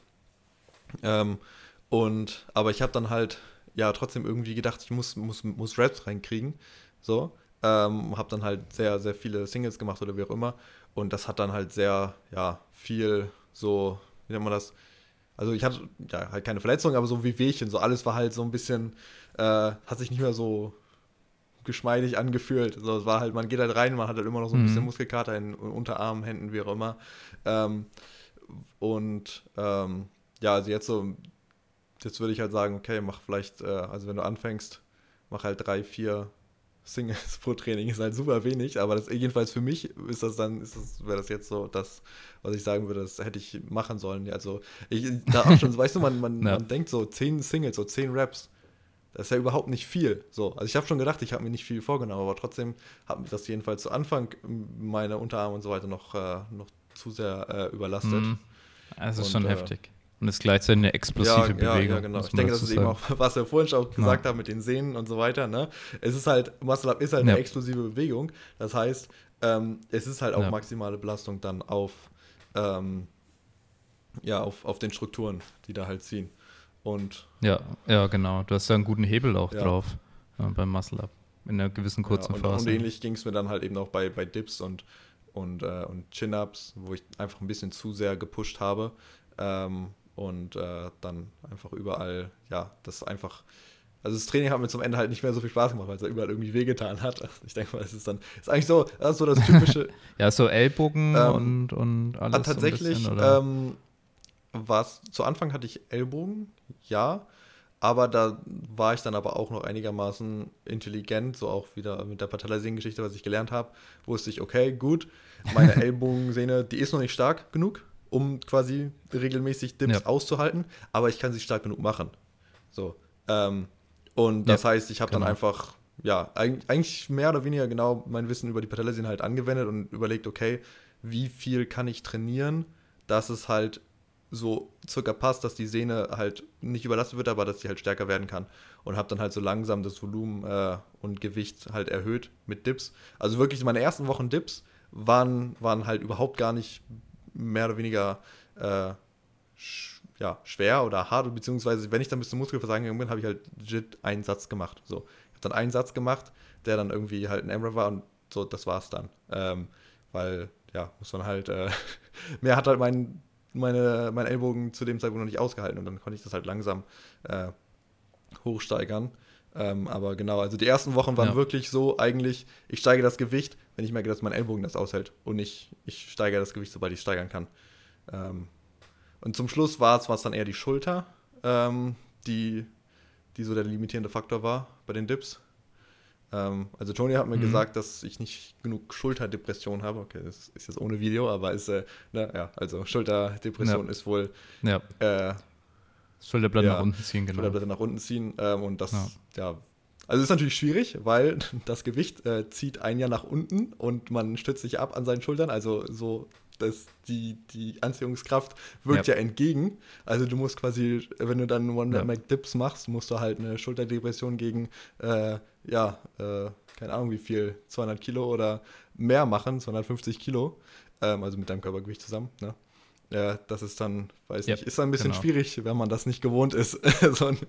Aber ich habe dann halt trotzdem irgendwie gedacht, ich muss Reps reinkriegen. So. Habe dann halt sehr, sehr viele Singles gemacht oder wie auch immer. Und das hat dann halt sehr, viel so, wie nennt man das? Also ich hatte halt keine Verletzung, aber so wie Wehchen. So alles war halt so ein bisschen, hat sich nicht mehr so geschmeidig angefühlt. So, es war halt, man geht halt rein, man hat halt immer noch so ein bisschen Muskelkater in Unterarmen, Händen, wie auch immer. Also jetzt würde ich halt sagen, okay, mach vielleicht, also wenn du anfängst, mach halt 3, 4 Singles pro Training, ist halt super wenig, aber das jedenfalls für mich wäre das jetzt so das, was ich sagen würde, das hätte ich machen sollen. Also da auch schon, weißt du, man denkt so 10 Singles, so 10 Reps, das ist ja überhaupt nicht viel. So, also ich habe schon gedacht, ich habe mir nicht viel vorgenommen, aber trotzdem hat mich das jedenfalls zu Anfang meine Unterarme und so weiter noch zu sehr überlastet. Das ist schon heftig. Und es ist gleichzeitig eine explosive Bewegung. Ja, genau. Ich denke, das ist eben auch, was wir vorhin schon auch gesagt haben mit den Sehnen und so weiter. Ne? Es ist halt, Muscle-Up ist halt eine explosive Bewegung. Das heißt, es ist halt auch maximale Belastung dann auf ja, auf den Strukturen, die da halt ziehen. Und Ja, ja, genau. Du hast da einen guten Hebel auch Ja. drauf beim Muscle-Up. In einer gewissen kurzen und Phase. ähnlich ging es mir dann halt eben auch bei Dips und Chin-Ups, wo ich einfach ein bisschen zu sehr gepusht habe. Dann einfach überall, ja, also das Training hat mir zum Ende halt nicht mehr so viel Spaß gemacht, weil es da überall irgendwie wehgetan hat. Ich denke mal, das ist eigentlich so, das ist so das typische. Ja, so Ellbogen und alles. Tatsächlich so ein bisschen, oder? zu Anfang hatte ich Ellbogen, ja, aber da war ich dann aber auch noch einigermaßen intelligent, so auch wieder mit der Patellasehnen-Geschichte, was ich gelernt habe, wusste ich, okay, gut, meine Ellbogensehne, die ist noch nicht stark genug, um quasi regelmäßig Dips auszuhalten, aber ich kann sie stark genug machen. So, und das heißt, ich habe dann genau. einfach, ja, eigentlich mehr oder weniger genau mein Wissen über die Patellasehne halt angewendet und überlegt, okay, wie viel kann ich trainieren, dass es halt so circa passt, dass die Sehne halt nicht überlastet wird, aber dass sie halt stärker werden kann. Und habe dann halt so langsam das Volumen und Gewicht halt erhöht mit Dips. Also wirklich meine ersten Wochen Dips waren halt überhaupt gar nicht mehr oder weniger schwer oder hart, beziehungsweise wenn ich dann bis zum Muskelversagen gegangen bin, habe ich halt legit einen Satz gemacht. So. Ich habe dann einen Satz gemacht, der dann irgendwie halt ein AMRAP war und so, das war's dann. Weil, ja, muss man halt, mehr hat halt mein Ellbogen zu dem Zeitpunkt noch nicht ausgehalten und dann konnte ich das halt langsam hochsteigern. Aber genau, also die ersten Wochen waren wirklich so, eigentlich, ich steige das Gewicht, wenn ich merke, dass mein Ellbogen das aushält und ich steigere das Gewicht, sobald ich steigern kann. Und zum Schluss war es dann eher die Schulter, die so der limitierende Faktor war bei den Dips. Also Tony hat mir gesagt, dass ich nicht genug Schulterdepression habe. Okay, das ist jetzt ohne Video, aber also Schulterdepression ist wohl Schulterblatt nach unten ziehen, genau. Schulterblätter nach unten ziehen und das, also ist natürlich schwierig, weil das Gewicht zieht einen ja nach unten und man stützt sich ab an seinen Schultern, also so, dass die Anziehungskraft wirkt ja entgegen. Also du musst quasi, wenn du dann One-Leg-Dips machst, musst du halt eine Schulterdepression gegen, keine Ahnung wie viel, 200 Kilo oder mehr machen, 250 Kilo, also mit deinem Körpergewicht zusammen, ne? Ja, das ist dann, ist dann ein bisschen schwierig, wenn man das nicht gewohnt ist. So ein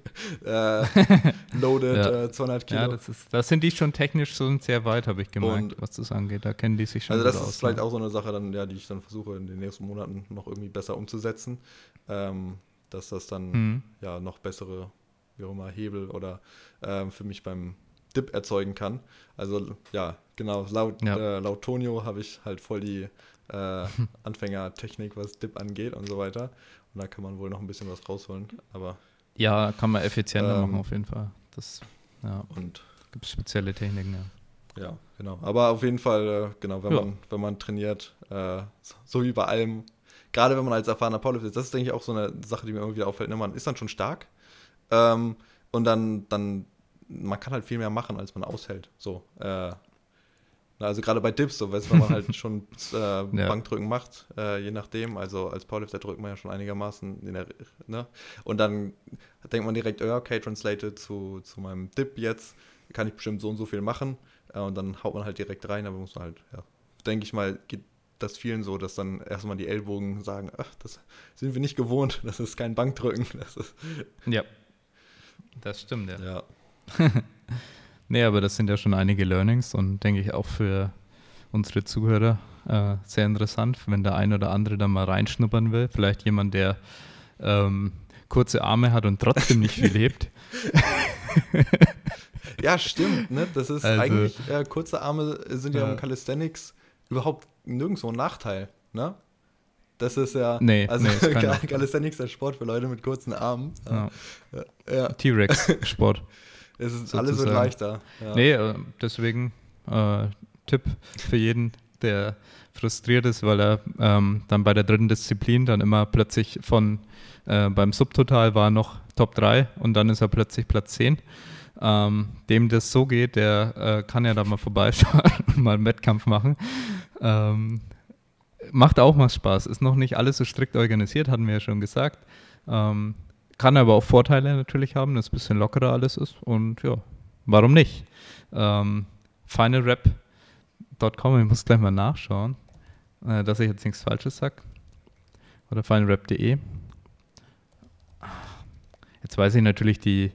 loaded 200 Kilo. Ja, das sind die schon technisch so sehr weit, habe ich gemerkt, was das angeht. Da kennen die sich schon also gut das aus. ist vielleicht auch so eine Sache, dann, die ich dann versuche in den nächsten Monaten noch irgendwie besser umzusetzen, dass das dann noch bessere, wie auch immer, Hebel oder für mich beim Dip erzeugen kann. Also ja, genau, laut Tonio habe ich halt voll die Anfängertechnik, was Dip angeht und so weiter. Und da kann man wohl noch ein bisschen was rausholen. Aber ja, kann man effizienter machen auf jeden Fall. Und gibt spezielle Techniken, ja, genau. Aber auf jeden Fall, genau, wenn man trainiert, so wie bei allem, gerade wenn man als erfahrener Powerlifter ist, das ist, denke ich, auch so eine Sache, die mir immer wieder auffällt. Ne? Man ist dann schon stark und dann man kann halt viel mehr machen, als man aushält. So, also gerade bei Dips, so, wenn man halt schon Bankdrücken macht, je nachdem, also als Powerlifter drückt man ja schon einigermaßen, ne? Und dann denkt man direkt, okay, translated zu meinem Dip jetzt, kann ich bestimmt so und so viel machen und dann haut man halt direkt rein, aber muss man halt, denke ich mal, geht das vielen so, dass dann erstmal die Ellbogen sagen, das sind wir nicht gewohnt, das ist kein Bankdrücken. Ja, das stimmt, ja. Nee, aber das sind ja schon einige Learnings und denke ich auch für unsere Zuhörer sehr interessant, wenn der ein oder andere da mal reinschnuppern will. Vielleicht jemand, der kurze Arme hat und trotzdem nicht viel hebt. Ja, stimmt. Ne? Das ist eigentlich, kurze Arme sind ja im Calisthenics überhaupt nirgendwo ein Nachteil. Ne? Das ist ja, Calisthenics ist der Sport für Leute mit kurzen Armen. Ja. T-Rex-Sport. Es ist alles wird leichter. Ja. Nee, deswegen Tipp für jeden, der frustriert ist, weil er dann bei der dritten Disziplin dann immer plötzlich beim Subtotal war noch Top 3 und dann ist er plötzlich Platz 10. Dem das so geht, der kann ja da mal vorbeischauen und mal einen Wettkampf machen. Macht auch mal Spaß. Ist noch nicht alles so strikt organisiert, hatten wir ja schon gesagt. Kann aber auch Vorteile natürlich haben, dass es ein bisschen lockerer alles ist. Und ja, warum nicht? Finalrap.com, ich muss gleich mal nachschauen, dass ich jetzt nichts Falsches sage. oder finalrap.de. Jetzt weiß ich natürlich die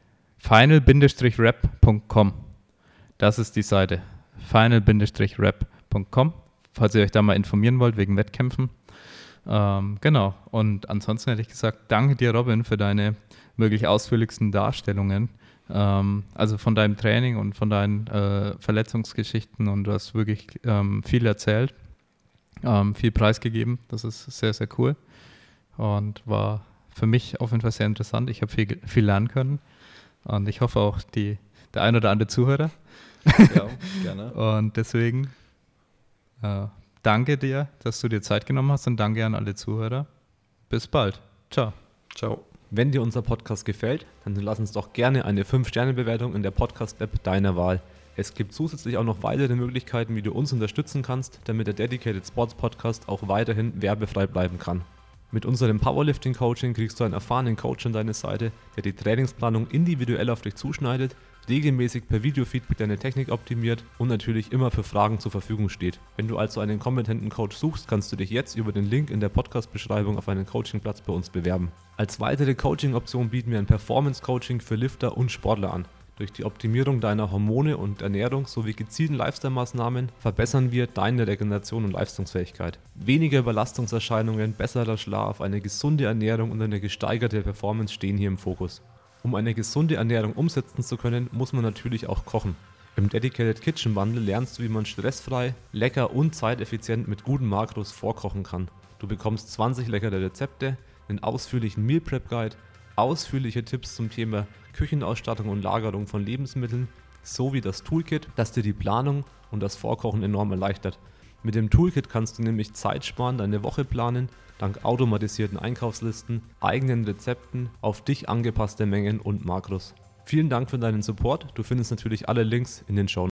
final-rap.com. Das ist die Seite. final-rap.com, falls ihr euch da mal informieren wollt wegen Wettkämpfen. Genau. Und ansonsten hätte ich gesagt, danke dir, Robin, für deine wirklich ausführlichsten Darstellungen. Also von deinem Training und von deinen Verletzungsgeschichten, und du hast wirklich viel erzählt, viel preisgegeben. Das ist sehr, sehr cool und war für mich auf jeden Fall sehr interessant. Ich habe viel lernen können und ich hoffe auch der ein oder andere Zuhörer. Ja, gerne. Und deswegen danke dir, dass du dir Zeit genommen hast, und danke an alle Zuhörer. Bis bald. Ciao. Ciao. Wenn dir unser Podcast gefällt, dann lass uns doch gerne eine 5-Sterne-Bewertung in der Podcast-App deiner Wahl. Es gibt zusätzlich auch noch weitere Möglichkeiten, wie du uns unterstützen kannst, damit der Dedicated Sports Podcast auch weiterhin werbefrei bleiben kann. Mit unserem Powerlifting-Coaching kriegst du einen erfahrenen Coach an deine Seite, der die Trainingsplanung individuell auf dich zuschneidet, regelmäßig per Videofeedback deine Technik optimiert und natürlich immer für Fragen zur Verfügung steht. Wenn du also einen kompetenten Coach suchst, kannst du dich jetzt über den Link in der Podcast-Beschreibung auf einen Coachingplatz bei uns bewerben. Als weitere Coaching-Option bieten wir ein Performance-Coaching für Lifter und Sportler an. Durch die Optimierung deiner Hormone und Ernährung sowie gezielten Lifestyle-Maßnahmen verbessern wir deine Regeneration und Leistungsfähigkeit. Weniger Überlastungserscheinungen, besserer Schlaf, eine gesunde Ernährung und eine gesteigerte Performance stehen hier im Fokus. Um eine gesunde Ernährung umsetzen zu können, muss man natürlich auch kochen. Im Dedicated Kitchen Bundle lernst du, wie man stressfrei, lecker und zeiteffizient mit guten Makros vorkochen kann. Du bekommst 20 leckere Rezepte, einen ausführlichen Meal Prep Guide, ausführliche Tipps zum Thema Küchenausstattung und Lagerung von Lebensmitteln, sowie das Toolkit, das dir die Planung und das Vorkochen enorm erleichtert. Mit dem Toolkit kannst du nämlich Zeit sparen, deine Woche planen, dank automatisierten Einkaufslisten, eigenen Rezepten, auf dich angepasste Mengen und Makros. Vielen Dank für deinen Support. Du findest natürlich alle Links in den Shownotes.